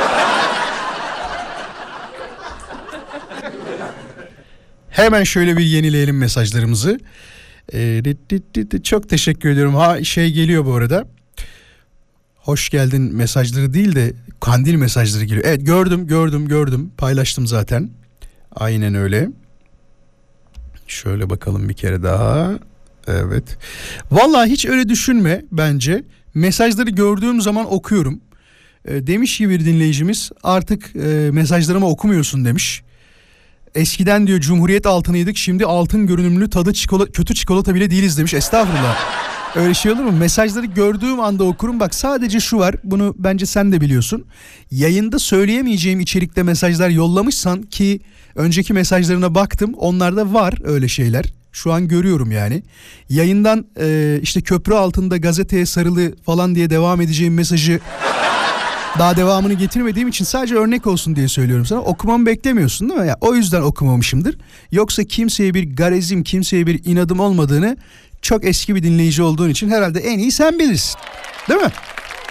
Hemen şöyle bir yenileyelim mesajlarımızı. Çok teşekkür ediyorum. Geliyor bu arada. Hoş geldin mesajları değil de kandil mesajları geliyor. Evet, gördüm. Paylaştım zaten. Aynen öyle. Şöyle bakalım bir kere daha. Evet. Vallahi hiç öyle düşünme bence. Mesajları gördüğüm zaman okuyorum. Demiş ki bir dinleyicimiz, artık mesajlarımı okumuyorsun demiş. Eskiden diyor Cumhuriyet altınıydık, şimdi altın görünümlü tadı kötü çikolata bile değiliz demiş. Estağfurullah. Öyle şey olur mu? Mesajları gördüğüm anda okurum. Bak sadece şu var, bunu bence sen de biliyorsun. Yayında söyleyemeyeceğim içerikte mesajlar yollamışsan, ki önceki mesajlarına baktım, onlarda var öyle şeyler. Şu an görüyorum yani. Yayından işte köprü altında gazeteye sarılı falan diye devam edeceğim mesajı daha devamını getirmediğim için sadece örnek olsun diye söylüyorum sana. Okumamı beklemiyorsun değil mi? Ya, o yüzden okumamışımdır. Yoksa kimseye bir garezim, kimseye bir inadım olmadığını, çok eski bir dinleyici olduğun için herhalde en iyi sen bilirsin. Değil mi?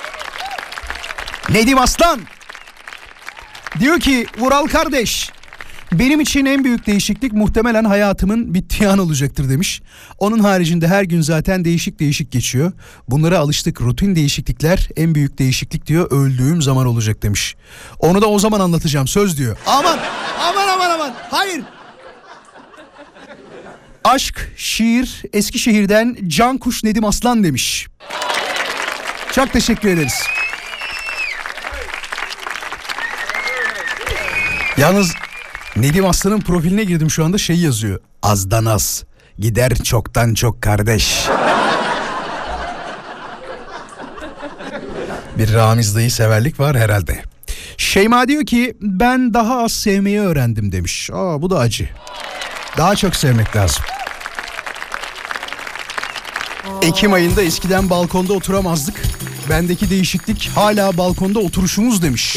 Nedim Aslan diyor ki, Vural kardeş, benim için en büyük değişiklik muhtemelen hayatımın bittiği an olacaktır demiş. Onun haricinde her gün zaten değişik geçiyor. Bunlara alıştık, rutin değişiklikler, en büyük değişiklik diyor öldüğüm zaman olacak demiş. Onu da o zaman anlatacağım, söz diyor. Aman hayır. Aşk, şiir, Eskişehir'den Cankuş Nedim Aslan demiş. Çok teşekkür ederiz. Yalnız Nedim Aslan'ın profiline girdim şu anda, yazıyor. Azdan az, gider çoktan çok kardeş. Bir Ramiz dayı severlik var herhalde. Şeyma diyor ki, ben daha az sevmeyi öğrendim demiş. Bu da acı. Daha çok sevmek lazım. Ekim ayında eskiden balkonda oturamazdık. Bendeki değişiklik hala balkonda oturuşumuz demiş.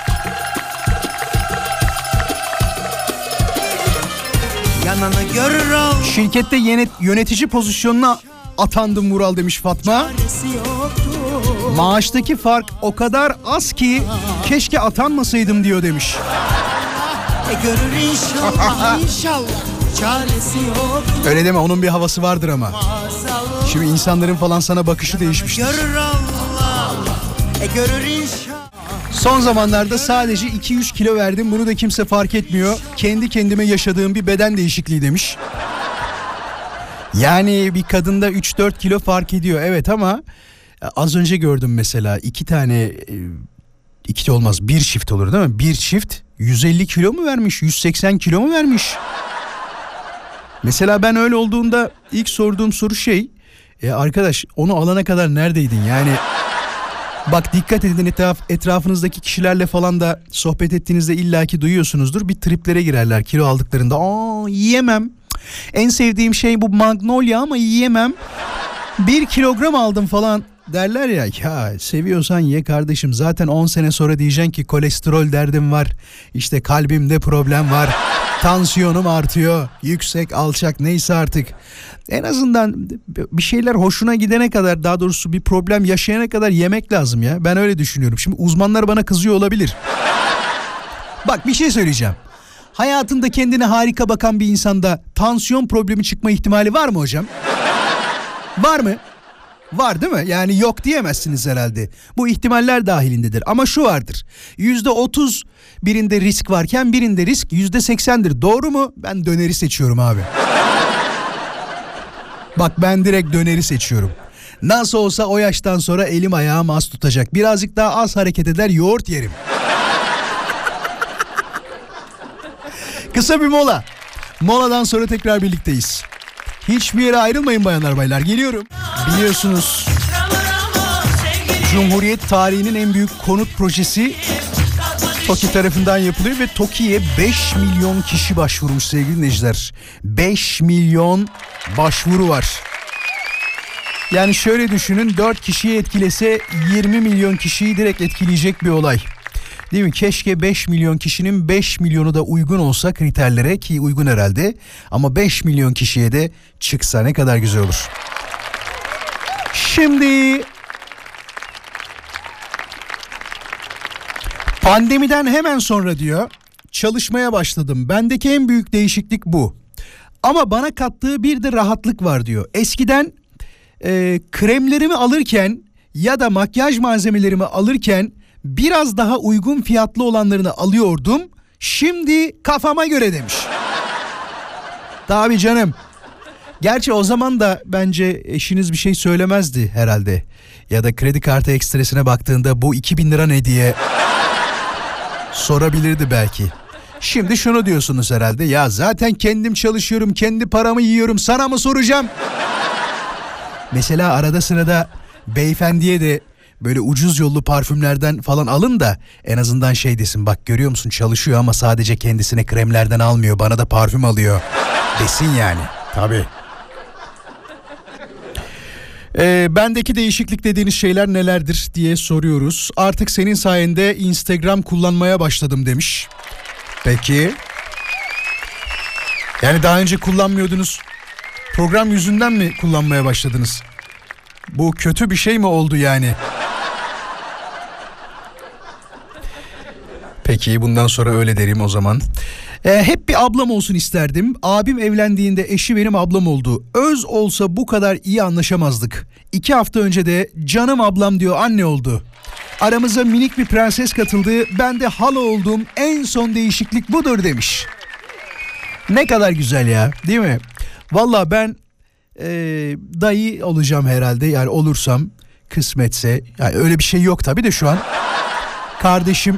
Şirkette yönetici pozisyonuna atandım Vural demiş Fatma. Maaştaki fark o kadar az ki keşke atanmasaydım diyor demiş. Görür inşallah. Çaresi yok. Öyle deme, onun bir havası vardır ama. Şimdi insanların falan sana bakışı değişmiştir. Görür Allah. Görür inşallah. Son zamanlarda sadece 2-3 kilo verdim, bunu da kimse fark etmiyor. Kendi kendime yaşadığım bir beden değişikliği demiş. Yani bir kadında 3-4 kilo fark ediyor evet, ama Az önce gördüm mesela 2 tane, 2 olmaz, bir çift olur değil mi? Bir çift 150 kilo mu vermiş, 180 kilo mu vermiş? Mesela ben öyle olduğunda ilk sorduğum soru arkadaş onu alana kadar neredeydin yani? Bak dikkat edin, etrafınızdaki kişilerle falan da sohbet ettiğinizde illaki duyuyorsunuzdur. Bir triplere girerler kilo aldıklarında. Yiyemem. En sevdiğim şey bu Magnolia ama yiyemem. 1 kilogram aldım falan derler ya. Ya seviyorsan ye kardeşim. Zaten 10 sene sonra diyeceksin ki kolesterol derdim var. İşte kalbimde problem var. Tansiyonum artıyor. Yüksek, alçak neyse artık. En azından bir şeyler hoşuna gidene kadar, daha doğrusu bir problem yaşayana kadar yemek lazım ya. Ben öyle düşünüyorum. Şimdi uzmanlar bana kızıyor olabilir. Bak bir şey söyleyeceğim. Hayatında kendine harika bakan bir insanda tansiyon problemi çıkma ihtimali var mı hocam? Var mı? Var değil mi? Yani yok diyemezsiniz herhalde. Bu ihtimaller dahilindedir. Ama şu vardır. %30 birinde risk varken birinde risk %80'dir. Doğru mu? Ben döneri seçiyorum abi. Bak ben direkt döneri seçiyorum. Nasıl olsa o yaştan sonra elim ayağım az tutacak. Birazcık daha az hareket eder, yoğurt yerim. Kısa bir mola. Moladan sonra tekrar birlikteyiz. Hiçbir yere ayrılmayın bayanlar baylar. Geliyorum. Biliyorsunuz Cumhuriyet tarihinin en büyük konut projesi TOKİ tarafından yapılıyor ve TOKİ'ye 5 milyon kişi başvurmuş sevgili dinleyiciler. 5 milyon başvuru var. Yani şöyle düşünün, 4 kişiyi etkilese 20 milyon kişiyi direkt etkileyecek bir olay. Değil mi? Keşke 5 milyon kişinin 5 milyonu da uygun olsa kriterlere, ki uygun herhalde. Ama 5 milyon kişiye de çıksa ne kadar güzel olur. Şimdi pandemiden hemen sonra diyor çalışmaya başladım. Bendeki en büyük değişiklik bu. Ama bana kattığı bir de rahatlık var diyor. Eskiden kremlerimi alırken ya da makyaj malzemelerimi alırken biraz daha uygun fiyatlı olanlarını alıyordum. Şimdi kafama göre demiş. Tabii canım. Gerçi o zaman da bence eşiniz bir şey söylemezdi herhalde. Ya da kredi kartı ekstresine baktığında bu 2000 lira ne diye sorabilirdi belki. Şimdi şunu diyorsunuz herhalde, ya zaten kendim çalışıyorum, kendi paramı yiyorum, sana mı soracağım? Mesela arada sırada beyefendiye de böyle ucuz yollu parfümlerden falan alın da en azından şey desin, bak görüyor musun çalışıyor ama sadece kendisine kremlerden almıyor, bana da parfüm alıyor desin yani. Tabii. Bendeki değişiklik dediğiniz şeyler nelerdir diye soruyoruz. Artık senin sayende Instagram kullanmaya başladım demiş. Peki. Yani daha önce kullanmıyordunuz. Program yüzünden mi kullanmaya başladınız? Bu kötü bir şey mi oldu yani? Peki bundan sonra öyle derim o zaman. Hep bir ablam olsun isterdim. Abim evlendiğinde eşi benim ablam oldu. Öz olsa bu kadar iyi anlaşamazdık. 2 hafta önce de canım ablam diyor anne oldu. Aramıza minik bir prenses katıldı. Ben de hala oldum. En son değişiklik budur demiş. Ne kadar güzel ya, değil mi? Vallahi ben dayı olacağım herhalde. Yani olursam kısmetse. Yani öyle bir şey yok tabii de şu an. Kardeşim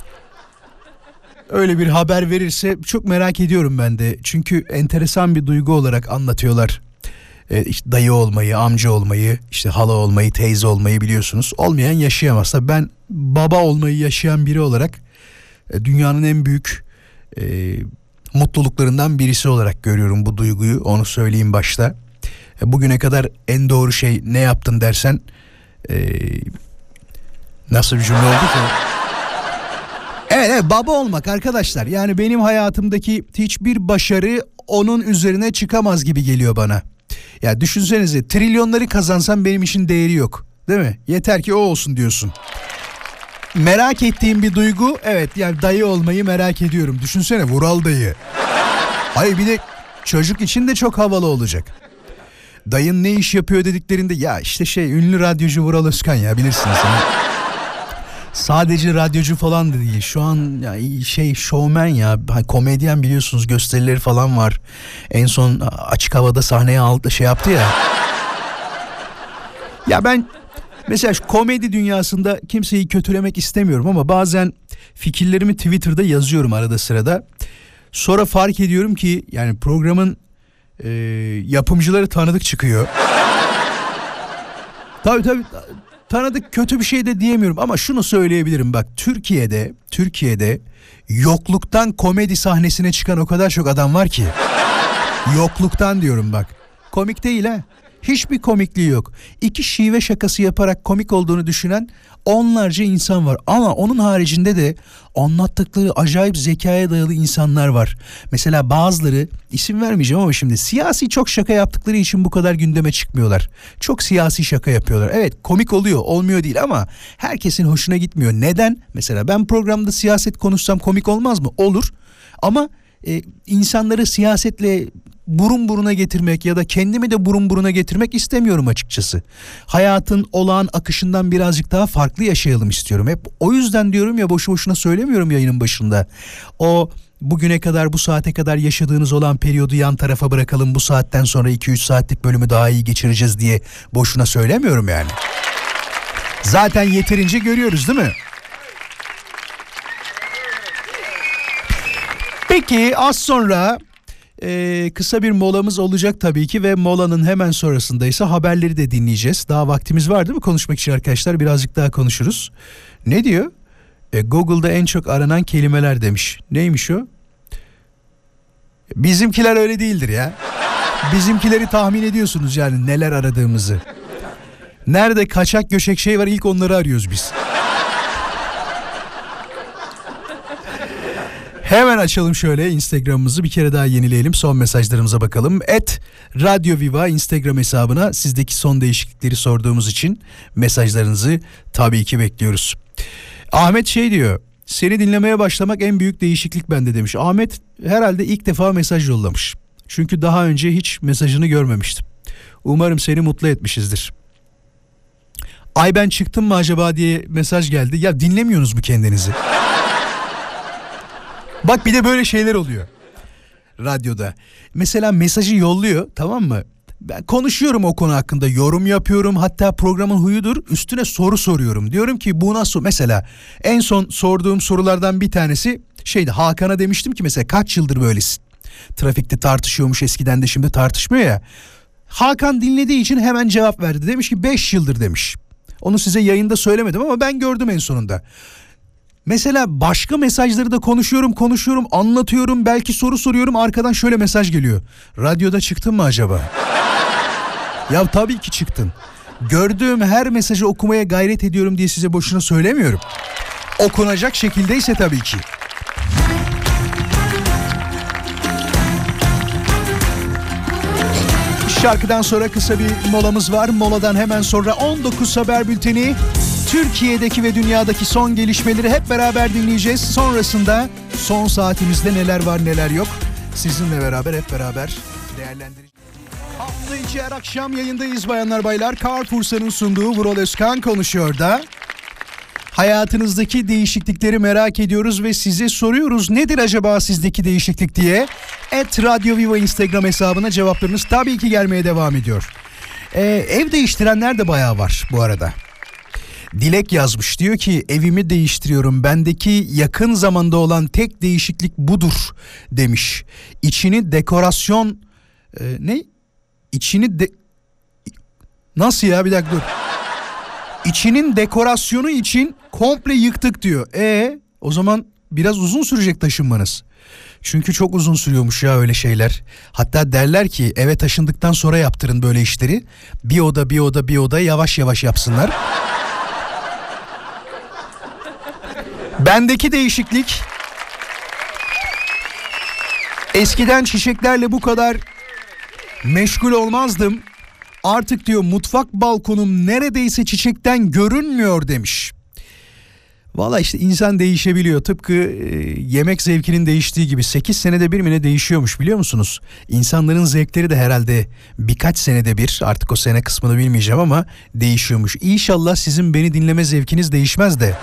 öyle bir haber verirse çok merak ediyorum ben de. Çünkü enteresan bir duygu olarak anlatıyorlar. İşte dayı olmayı, amca olmayı, işte hala olmayı, teyze olmayı biliyorsunuz. Olmayan yaşayamaz. Tabii ben baba olmayı yaşayan biri olarak dünyanın en büyük mutluluklarından birisi olarak görüyorum bu duyguyu. Onu söyleyeyim başta. Bugüne kadar en doğru şey ne yaptın dersen nasıl bir cümle oldu ki? Evet, baba olmak arkadaşlar. Yani benim hayatımdaki hiçbir başarı onun üzerine çıkamaz gibi geliyor bana. Ya düşünsenize, trilyonları kazansam benim için değeri yok. Değil mi? Yeter ki o olsun diyorsun. Merak ettiğim bir duygu, evet, yani dayı olmayı merak ediyorum. Düşünsene, Vural dayı. Hayır, bir de çocuk için de çok havalı olacak. Dayın ne iş yapıyor dediklerinde ya işte ünlü radyocu Vural Özkan ya, bilirsiniz. Sadece radyocu falan da değil. Şu an ya şovmen ya, komedyen, biliyorsunuz, gösterileri falan var. En son açık havada sahneye yaptı ya. Ya ben Mesela şu komedi dünyasında kimseyi kötülemek istemiyorum ama bazen fikirlerimi Twitter'da yazıyorum arada sırada. Sonra fark ediyorum ki yani programın yapımcıları tanıdık çıkıyor. Tabii tanıdık, kötü bir şey de diyemiyorum ama şunu söyleyebilirim, bak Türkiye'de yokluktan komedi sahnesine çıkan o kadar çok adam var ki. Yokluktan diyorum bak. Komik değil ha. Hiçbir komikliği yok. 2 şive şakası yaparak komik olduğunu düşünen onlarca insan var. Ama onun haricinde de anlattıkları acayip zekaya dayalı insanlar var. Mesela bazıları, isim vermeyeceğim ama şimdi, siyasi çok şaka yaptıkları için bu kadar gündeme çıkmıyorlar. Çok siyasi şaka yapıyorlar. Evet, komik oluyor, olmuyor değil ama herkesin hoşuna gitmiyor. Neden? Mesela ben programda siyaset konuşsam komik olmaz mı? Olur. Ama insanları siyasetle burun buruna getirmek ya da kendimi de burun buruna getirmek istemiyorum açıkçası. Hayatın olağan akışından birazcık daha farklı yaşayalım istiyorum. Hep o yüzden diyorum ya, boşu boşuna söylemiyorum yayının başında. O bugüne kadar, bu saate kadar yaşadığınız olan periyodu yan tarafa bırakalım, bu saatten sonra 2-3 saatlik bölümü daha iyi geçireceğiz diye boşuna söylemiyorum yani. Zaten yeterince görüyoruz değil mi? Peki az sonra kısa bir molamız olacak tabii ki ve molanın hemen sonrasında ise haberleri de dinleyeceğiz. Daha vaktimiz var değil mi konuşmak için arkadaşlar? Birazcık daha konuşuruz. Ne diyor? Google'da en çok aranan kelimeler demiş. Neymiş o? Bizimkiler öyle değildir ya. Bizimkileri tahmin ediyorsunuz yani neler aradığımızı. Nerede kaçak göçek şey var, ilk onları arıyoruz biz. Hemen açalım şöyle Instagram'ımızı, bir kere daha yenileyelim, son mesajlarımıza bakalım. @Radyo Viva Instagram hesabına sizdeki son değişiklikleri sorduğumuz için mesajlarınızı tabii ki bekliyoruz. Ahmet şey diyor, seni dinlemeye başlamak en büyük değişiklik bende demiş. Ahmet herhalde ilk defa mesaj yollamış. Çünkü daha önce hiç mesajını görmemiştim. Umarım seni mutlu etmişizdir. Ay ben çıktım mı acaba diye mesaj geldi. Ya dinlemiyorsunuz mu kendinizi? Bak bir de böyle şeyler oluyor radyoda. Mesela mesajı yolluyor, tamam mı? Ben konuşuyorum o konu hakkında, yorum yapıyorum, hatta programın huyudur, üstüne soru soruyorum. Diyorum ki bu nasıl, mesela en son sorduğum sorulardan bir tanesi şeydi, Hakan'a demiştim ki mesela kaç yıldır böylesin? Trafikte tartışıyormuş eskiden de, şimdi tartışmıyor ya. Hakan dinlediği için hemen cevap verdi, demiş ki 5 yıldır demiş. Onu size yayında söylemedim ama ben gördüm en sonunda. Mesela başka mesajları da konuşuyorum, anlatıyorum, belki soru soruyorum, arkadan şöyle mesaj geliyor. Radyoda çıktın mı acaba? Ya tabii ki çıktın. Gördüğüm her mesajı okumaya gayret ediyorum diye size boşuna söylemiyorum. Okunacak şekildeyse tabii ki. Şarkıdan sonra kısa bir molamız var. Moladan hemen sonra 19 haber bülteni. Türkiye'deki ve dünyadaki son gelişmeleri hep beraber dinleyeceğiz. Sonrasında son saatimizde neler var neler yok sizinle beraber hep beraber değerlendireceğiz. Hafta içi her akşam yayındayız bayanlar baylar. Carrefour'un sunduğu Vural Özkan konuşuyor da. Hayatınızdaki değişiklikleri merak ediyoruz ve size soruyoruz, nedir acaba sizdeki değişiklik diye. @Radyo Viva Instagram hesabına cevaplarınız tabii ki gelmeye devam ediyor. Ev değiştirenler de bayağı var bu arada. Dilek yazmış, diyor ki evimi değiştiriyorum, bendeki yakın zamanda olan tek değişiklik budur demiş. İçini dekorasyon nasıl ya, bir dakika dur. İçinin dekorasyonu için komple yıktık diyor. O zaman biraz uzun sürecek taşınmanız. Çünkü çok uzun sürüyormuş ya öyle şeyler. Hatta derler ki eve taşındıktan sonra yaptırın böyle işleri. Bir oda yavaş yavaş yapsınlar. Bendeki değişiklik, eskiden çiçeklerle bu kadar meşgul olmazdım. Artık diyor mutfak balkonum neredeyse çiçekten görünmüyor demiş. Valla işte insan değişebiliyor. Tıpkı yemek zevkinin değiştiği gibi 8 senede bir mi ne değişiyormuş, biliyor musunuz? İnsanların zevkleri de herhalde birkaç senede bir, artık o sene kısmını bilmeyeceğim ama değişiyormuş. İnşallah sizin beni dinleme zevkiniz değişmez de.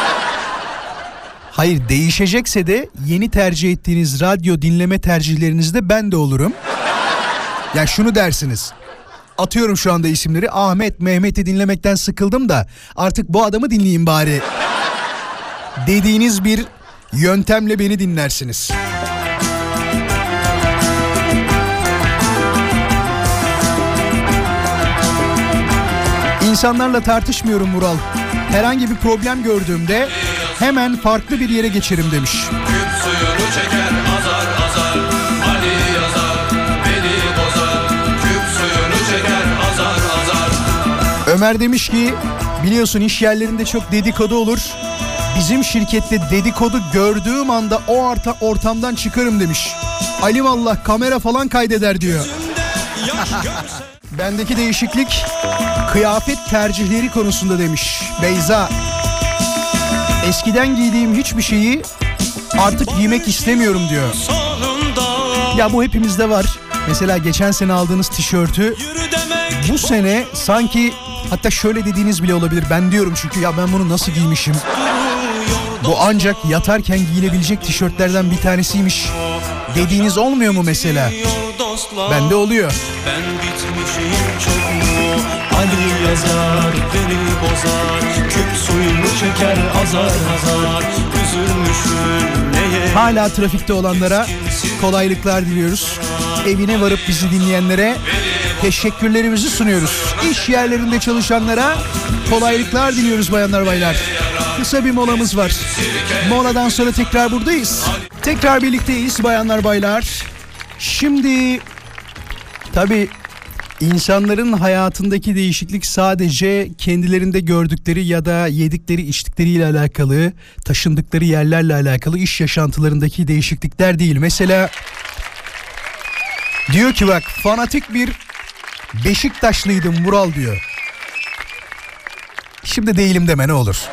Hayır, değişecekse de yeni tercih ettiğiniz radyo dinleme tercihlerinizde ben de olurum. Ya şunu dersiniz. atıyorum şu anda isimleri. Ahmet, Mehmet'i dinlemekten sıkıldım da artık bu adamı dinleyeyim bari dediğiniz bir yöntemle beni dinlersiniz. İnsanlarla tartışmıyorum Vural. Herhangi bir problem gördüğümde hemen farklı bir yere geçerim demiş. Suyunu çeker azar azar, Ali yazar, beni bozar. Küp suyunu çeker azar azar. Ömer demiş ki biliyorsun iş yerlerinde çok dedikodu olur. Bizim şirkette dedikodu gördüğüm anda o ortamdan çıkarım demiş. Alimallah kamera falan kaydeder diyor. Bendeki değişiklik kıyafet tercihleri konusunda demiş Beyza. Eskiden giydiğim hiçbir şeyi artık giymek istemiyorum diyor. Ya bu hepimizde var. Mesela geçen sene aldığınız tişörtü bu sene sanki, hatta şöyle dediğiniz bile olabilir. Ben diyorum çünkü ya ben bunu nasıl giymişim? Bu ancak yatarken giyilebilecek tişörtlerden bir tanesiymiş dediğiniz olmuyor mu mesela? Bende oluyor. Ben bitmişim çok mu? Ali yazar, beni bozar. Küp suyunu çeker azar azar. Üzülmüşüm neye? Hala trafikte olanlara kolaylıklar diliyoruz. Evine varıp bizi dinleyenlere teşekkürlerimizi sunuyoruz. İş yerlerinde çalışanlara kolaylıklar diliyoruz bayanlar baylar. Kısa bir molamız var. Moladan sonra tekrar buradayız. Tekrar birlikteyiz bayanlar baylar. Şimdi tabii insanların hayatındaki değişiklik sadece kendilerinde gördükleri ya da yedikleri içtikleriyle alakalı, taşındıkları yerlerle alakalı, iş yaşantılarındaki değişiklikler değil. Mesela diyor ki bak, fanatik bir Beşiktaşlıydım Vural diyor. Şimdi değilim deme ne olur.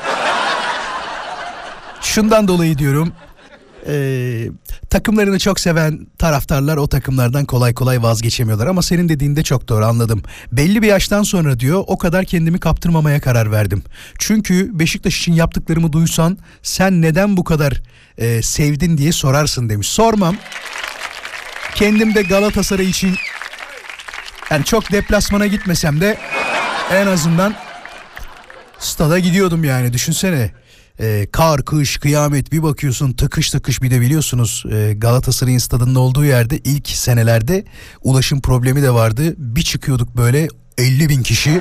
Şundan dolayı diyorum. Takımlarını çok seven taraftarlar o takımlardan kolay kolay vazgeçemiyorlar. Ama senin dediğinde çok doğru, anladım. Belli bir yaştan sonra diyor o kadar kendimi kaptırmamaya karar verdim. Çünkü Beşiktaş için yaptıklarımı duysan sen neden bu kadar sevdin diye sorarsın demiş. Sormam. Kendim de Galatasaray için yani çok deplasmana gitmesem de en azından stada gidiyordum yani, düşünsene. Kar, kış, kıyamet, bir bakıyorsun tıkış tıkış. Bir de biliyorsunuz Galatasaray'ın stadının olduğu yerde ilk senelerde ulaşım problemi de vardı. Bir çıkıyorduk böyle 50.000 kişi.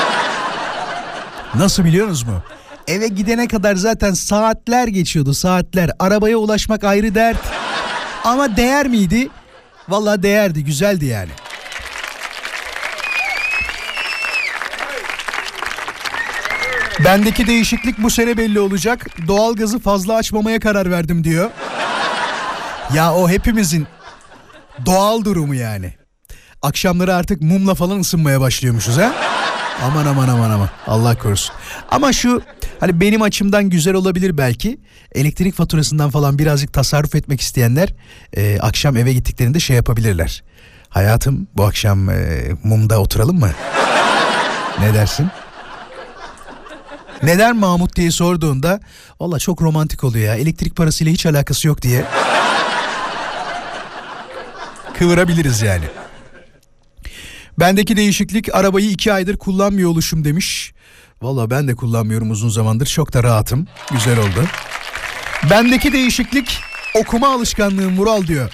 Nasıl biliyorsunuz mu? Eve gidene kadar zaten saatler geçiyordu, saatler. Arabaya ulaşmak ayrı dert. Ama değer miydi? Vallahi değerdi, güzeldi yani. Bendeki değişiklik bu sene belli olacak. Doğalgazı fazla açmamaya karar verdim diyor. Ya o hepimizin doğal durumu yani. Akşamları artık mumla falan ısınmaya başlıyormuşuz ha. Aman aman aman aman, Allah korusun. Ama şu hani benim açımdan güzel olabilir belki. Elektrik faturasından falan birazcık tasarruf etmek isteyenler akşam eve gittiklerinde şey yapabilirler. Hayatım bu akşam mumda oturalım mı? Ne dersin? Neden Mahmut diye sorduğunda valla çok romantik oluyor ya, elektrik parasıyla hiç alakası yok diye kıvırabiliriz yani. Bendeki değişiklik arabayı 2 aydır kullanmıyor oluşum demiş. Valla ben de kullanmıyorum uzun zamandır, çok da rahatım, güzel oldu. Bendeki değişiklik okuma alışkanlığım Vural diyor.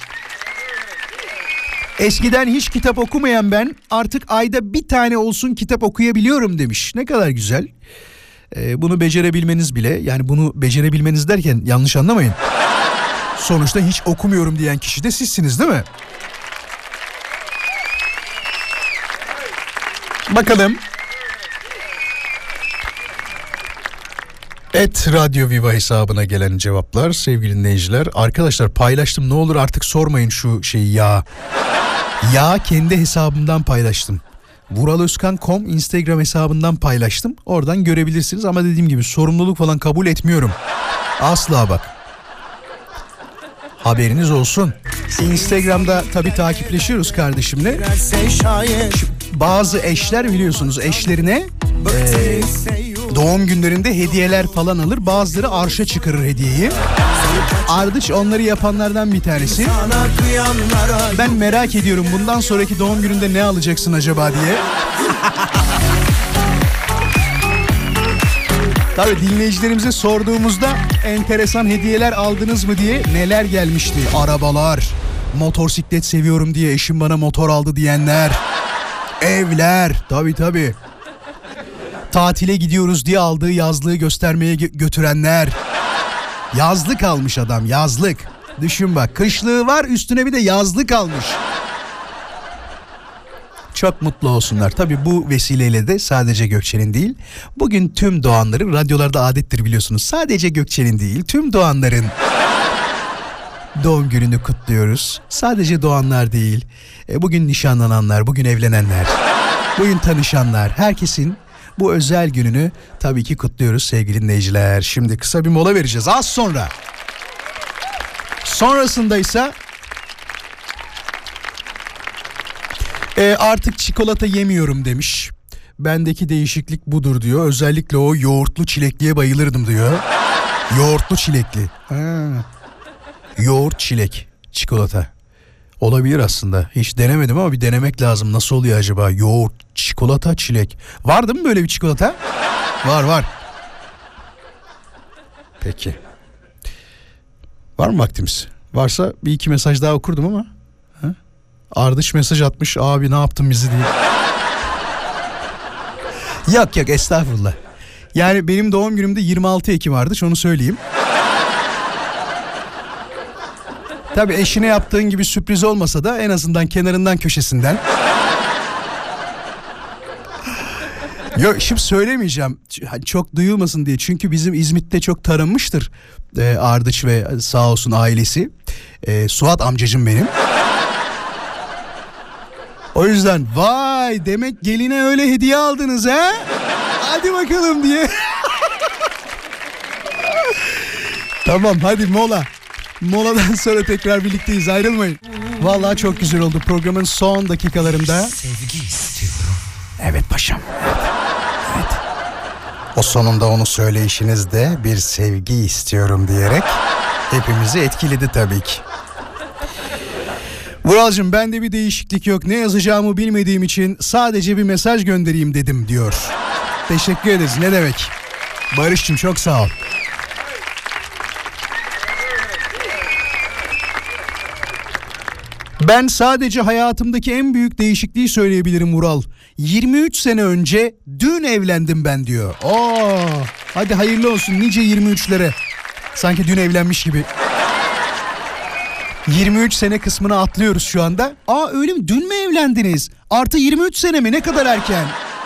Eskiden hiç kitap okumayan ben artık ayda bir tane olsun kitap okuyabiliyorum demiş. Ne kadar güzel. Bunu becerebilmeniz bile, yani bunu becerebilmeniz derken yanlış anlamayın. Sonuçta hiç okumuyorum diyen kişi de sizsiniz değil mi? Bakalım. Radyo Viva hesabına gelen cevaplar sevgili dinleyiciler. Arkadaşlar paylaştım, ne olur artık sormayın şu şeyi ya. Ya kendi hesabımdan paylaştım. VuralOzkan.com Instagram hesabından paylaştım. Oradan görebilirsiniz ama dediğim gibi sorumluluk falan kabul etmiyorum. Asla bak. Haberiniz olsun. Instagram'da tabii takipleşiyoruz kardeşimle. Bazı eşler biliyorsunuz eşlerine Doğum günlerinde hediyeler falan alır. Bazıları arşa çıkarır hediyeyi. Ardıç onları yapanlardan bir tanesi. Ben merak ediyorum bundan sonraki doğum gününde ne alacaksın acaba diye. Tabii dinleyicilerimize sorduğumuzda enteresan hediyeler aldınız mı diye neler gelmişti. Arabalar, motosiklet seviyorum diye eşim bana motor aldı diyenler. Evler, tabii. Tatile gidiyoruz diye aldığı yazlığı göstermeye götürenler. Yazlık almış adam, yazlık. Düşün bak, kışlığı var, üstüne bir de yazlık almış. Çok mutlu olsunlar. Tabii bu vesileyle de sadece Gökçe'nin değil, bugün tüm doğanların, radyolarda adettir biliyorsunuz, sadece Gökçe'nin değil, tüm doğanların doğum gününü kutluyoruz. Sadece doğanlar değil, bugün nişanlananlar, bugün evlenenler, bugün tanışanlar, herkesin bu özel gününü tabii ki kutluyoruz sevgili dinleyiciler. Şimdi kısa bir mola vereceğiz az sonra. Sonrasında ise artık çikolata yemiyorum demiş. Bendeki değişiklik budur diyor. Özellikle o yoğurtlu çilekliye bayılırdım diyor. Yoğurtlu çilekli. Ha. Yoğurt çilek çikolata. Olabilir aslında. Hiç denemedim ama bir denemek lazım. Nasıl oluyor acaba? Yoğurt, çikolata, çilek. Var değil mi böyle bir çikolata? Var. Peki. Var mı vaktimiz? Varsa bir iki mesaj daha okurdum ama. Ha? Ardıç mesaj atmış. Abi ne yaptın bizi diye. Yok estağfurullah. Yani benim doğum günümde 26 Ekim Ardıç, onu söyleyeyim. Tabii eşine yaptığın gibi sürpriz olmasa da en azından kenarından köşesinden. Yok şimdi söylemeyeceğim çok duyulmasın diye. Çünkü bizim İzmit'te çok tanınmıştır Ardıç ve sağ olsun ailesi. Suat amcacığım benim. O yüzden vay demek geline öyle hediye aldınız ha? Hadi bakalım diye. Tamam hadi mola. Moladan sonra tekrar birlikteyiz, ayrılmayın. Vallahi çok güzel oldu programın son dakikalarında. Sevgi istiyorum. Evet paşam. Evet. O sonunda onu söyleyişinizde bir sevgi istiyorum diyerek hepimizi etkiledi tabii ki. Vuralcığım bende bir değişiklik yok. Ne yazacağımı bilmediğim için sadece bir mesaj göndereyim dedim diyor. Teşekkür ederiz, ne demek. Barış'cığım çok sağ ol. Ben sadece hayatımdaki en büyük değişikliği söyleyebilirim Vural. 23 sene önce dün evlendim ben diyor. Hadi hayırlı olsun nice 23'lere. Sanki dün evlenmiş gibi. 23 sene kısmını atlıyoruz şu anda. Öyle mi? Dün mü evlendiniz? Artı 23 sene mi? Ne kadar erken.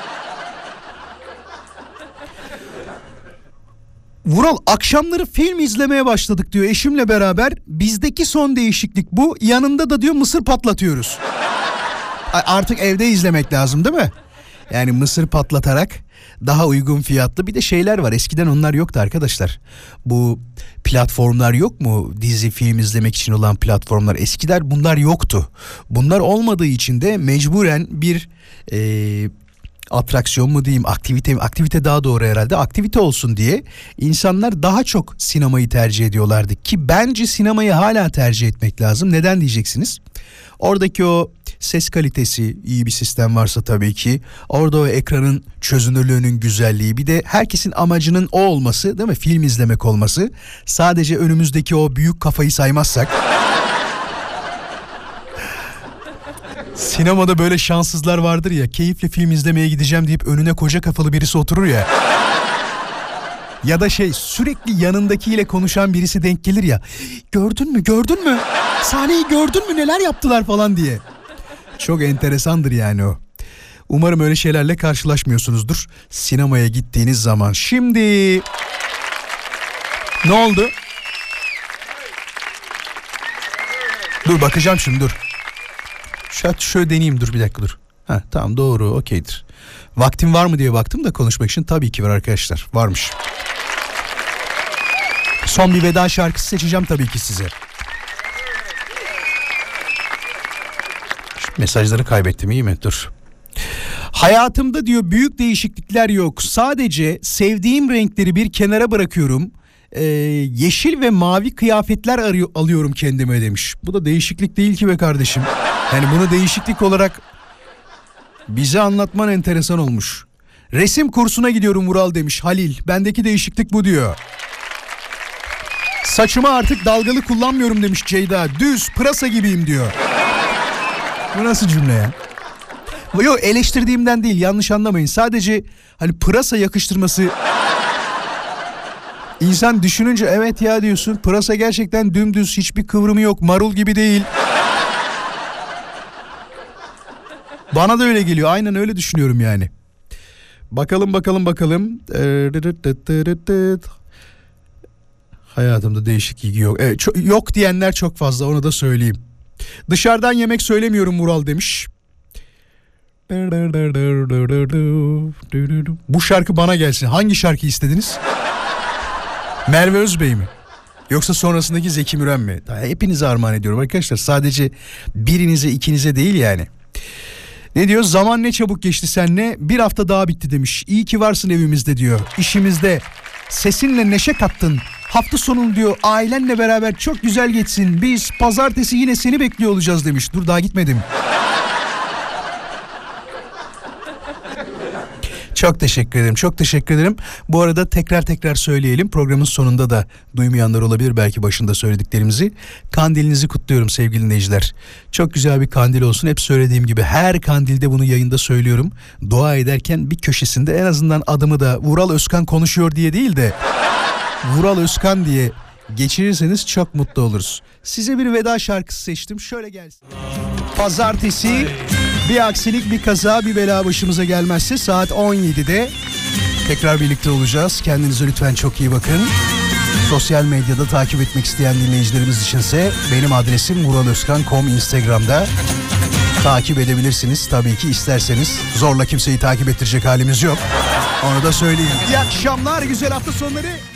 Vural akşamları film izlemeye başladık diyor eşimle beraber. Bizdeki son değişiklik bu. Yanında da diyor mısır patlatıyoruz. Artık evde izlemek lazım değil mi? Yani mısır patlatarak daha uygun fiyatlı bir de şeyler var. Eskiden onlar yoktu arkadaşlar. Bu platformlar yok mu? Dizi, film izlemek için olan platformlar. Eskiden bunlar yoktu. Bunlar olmadığı için de mecburen bir atraksiyon mu diyeyim, aktivite daha doğru herhalde, aktivite olsun diye insanlar daha çok sinemayı tercih ediyorlardı ki bence sinemayı hala tercih etmek lazım. Neden diyeceksiniz? Oradaki o ses kalitesi, iyi bir sistem varsa tabii ki, orada o ekranın çözünürlüğünün güzelliği, bir de herkesin amacının o olması değil mi? Film izlemek olması. Sadece önümüzdeki o büyük kafayı saymazsak. Sinemada böyle şanssızlar vardır ya, keyifle film izlemeye gideceğim deyip önüne koca kafalı birisi oturur ya. Ya da sürekli yanındakiyle konuşan birisi denk gelir ya. Gördün mü? Sahneyi gördün mü, neler yaptılar falan diye. Çok enteresandır yani o. Umarım öyle şeylerle karşılaşmıyorsunuzdur sinemaya gittiğiniz zaman. Şimdi ne oldu? Dur bakacağım şimdi, dur. Şöyle deneyeyim, dur bir dakika dur. Tamam doğru, okeydir. Vaktim var mı diye baktım da konuşmak için, tabii ki var arkadaşlar, varmış. Son bir veda şarkısı seçeceğim tabii ki size. Mesajları kaybettim, iyi mi? Dur. Hayatımda diyor büyük değişiklikler yok. Sadece sevdiğim renkleri bir kenara bırakıyorum. Yeşil ve mavi kıyafetler alıyorum kendime demiş. Bu da değişiklik değil ki be kardeşim. Yani bunu değişiklik olarak bize anlatman enteresan olmuş. Resim kursuna gidiyorum Vural demiş Halil. Bendeki değişiklik bu diyor. Saçımı artık dalgalı kullanmıyorum demiş Ceyda. Düz pırasa gibiyim diyor. Bu nasıl cümle ya? Yok, eleştirdiğimden değil, yanlış anlamayın. Sadece hani pırasa yakıştırması... İnsan düşününce evet ya diyorsun, pırasa gerçekten dümdüz, hiçbir kıvrımı yok, marul gibi değil. Bana da öyle geliyor, aynen öyle düşünüyorum yani. Bakalım. Hayatımda değişiklik yok. Evet, yok diyenler çok fazla, onu da söyleyeyim. Dışarıdan yemek söylemiyorum Mural demiş. Bu şarkı bana gelsin. Hangi şarkı istediniz? Merve Özbey mi? Yoksa sonrasındaki Zeki Müren mi? Hepinize armağan ediyorum arkadaşlar. Sadece birinize, ikinize değil yani. Ne diyor? Zaman ne çabuk geçti seninle. Bir hafta daha bitti demiş. İyi ki varsın evimizde diyor. İşimizde. Sesinle neşe kattın. Hafta sonu diyor ailenle beraber çok güzel geçsin. Biz pazartesi yine seni bekliyor olacağız demiş. Dur, daha gitmedim. Çok teşekkür ederim. Bu arada tekrar söyleyelim. Programın sonunda da duymayanlar olabilir belki başında söylediklerimizi. Kandilinizi kutluyorum sevgili dinleyiciler. Çok güzel bir kandil olsun. Hep söylediğim gibi her kandilde bunu yayında söylüyorum. Dua ederken bir köşesinde en azından adımı da Vural Özkan konuşuyor diye değil de Vural Özkan diye geçirirseniz çok mutlu oluruz. Size bir veda şarkısı seçtim. Şöyle gelsin. Pazartesi bir aksilik, bir kaza, bir bela başımıza gelmezse saat 17'de tekrar birlikte olacağız. Kendinize lütfen çok iyi bakın. Sosyal medyada takip etmek isteyen dinleyicilerimiz içinse benim adresim vuralozkan.com, Instagram'da takip edebilirsiniz. Tabii ki isterseniz, zorla kimseyi takip ettirecek halimiz yok. Onu da söyleyeyim. İyi akşamlar, güzel hafta sonları.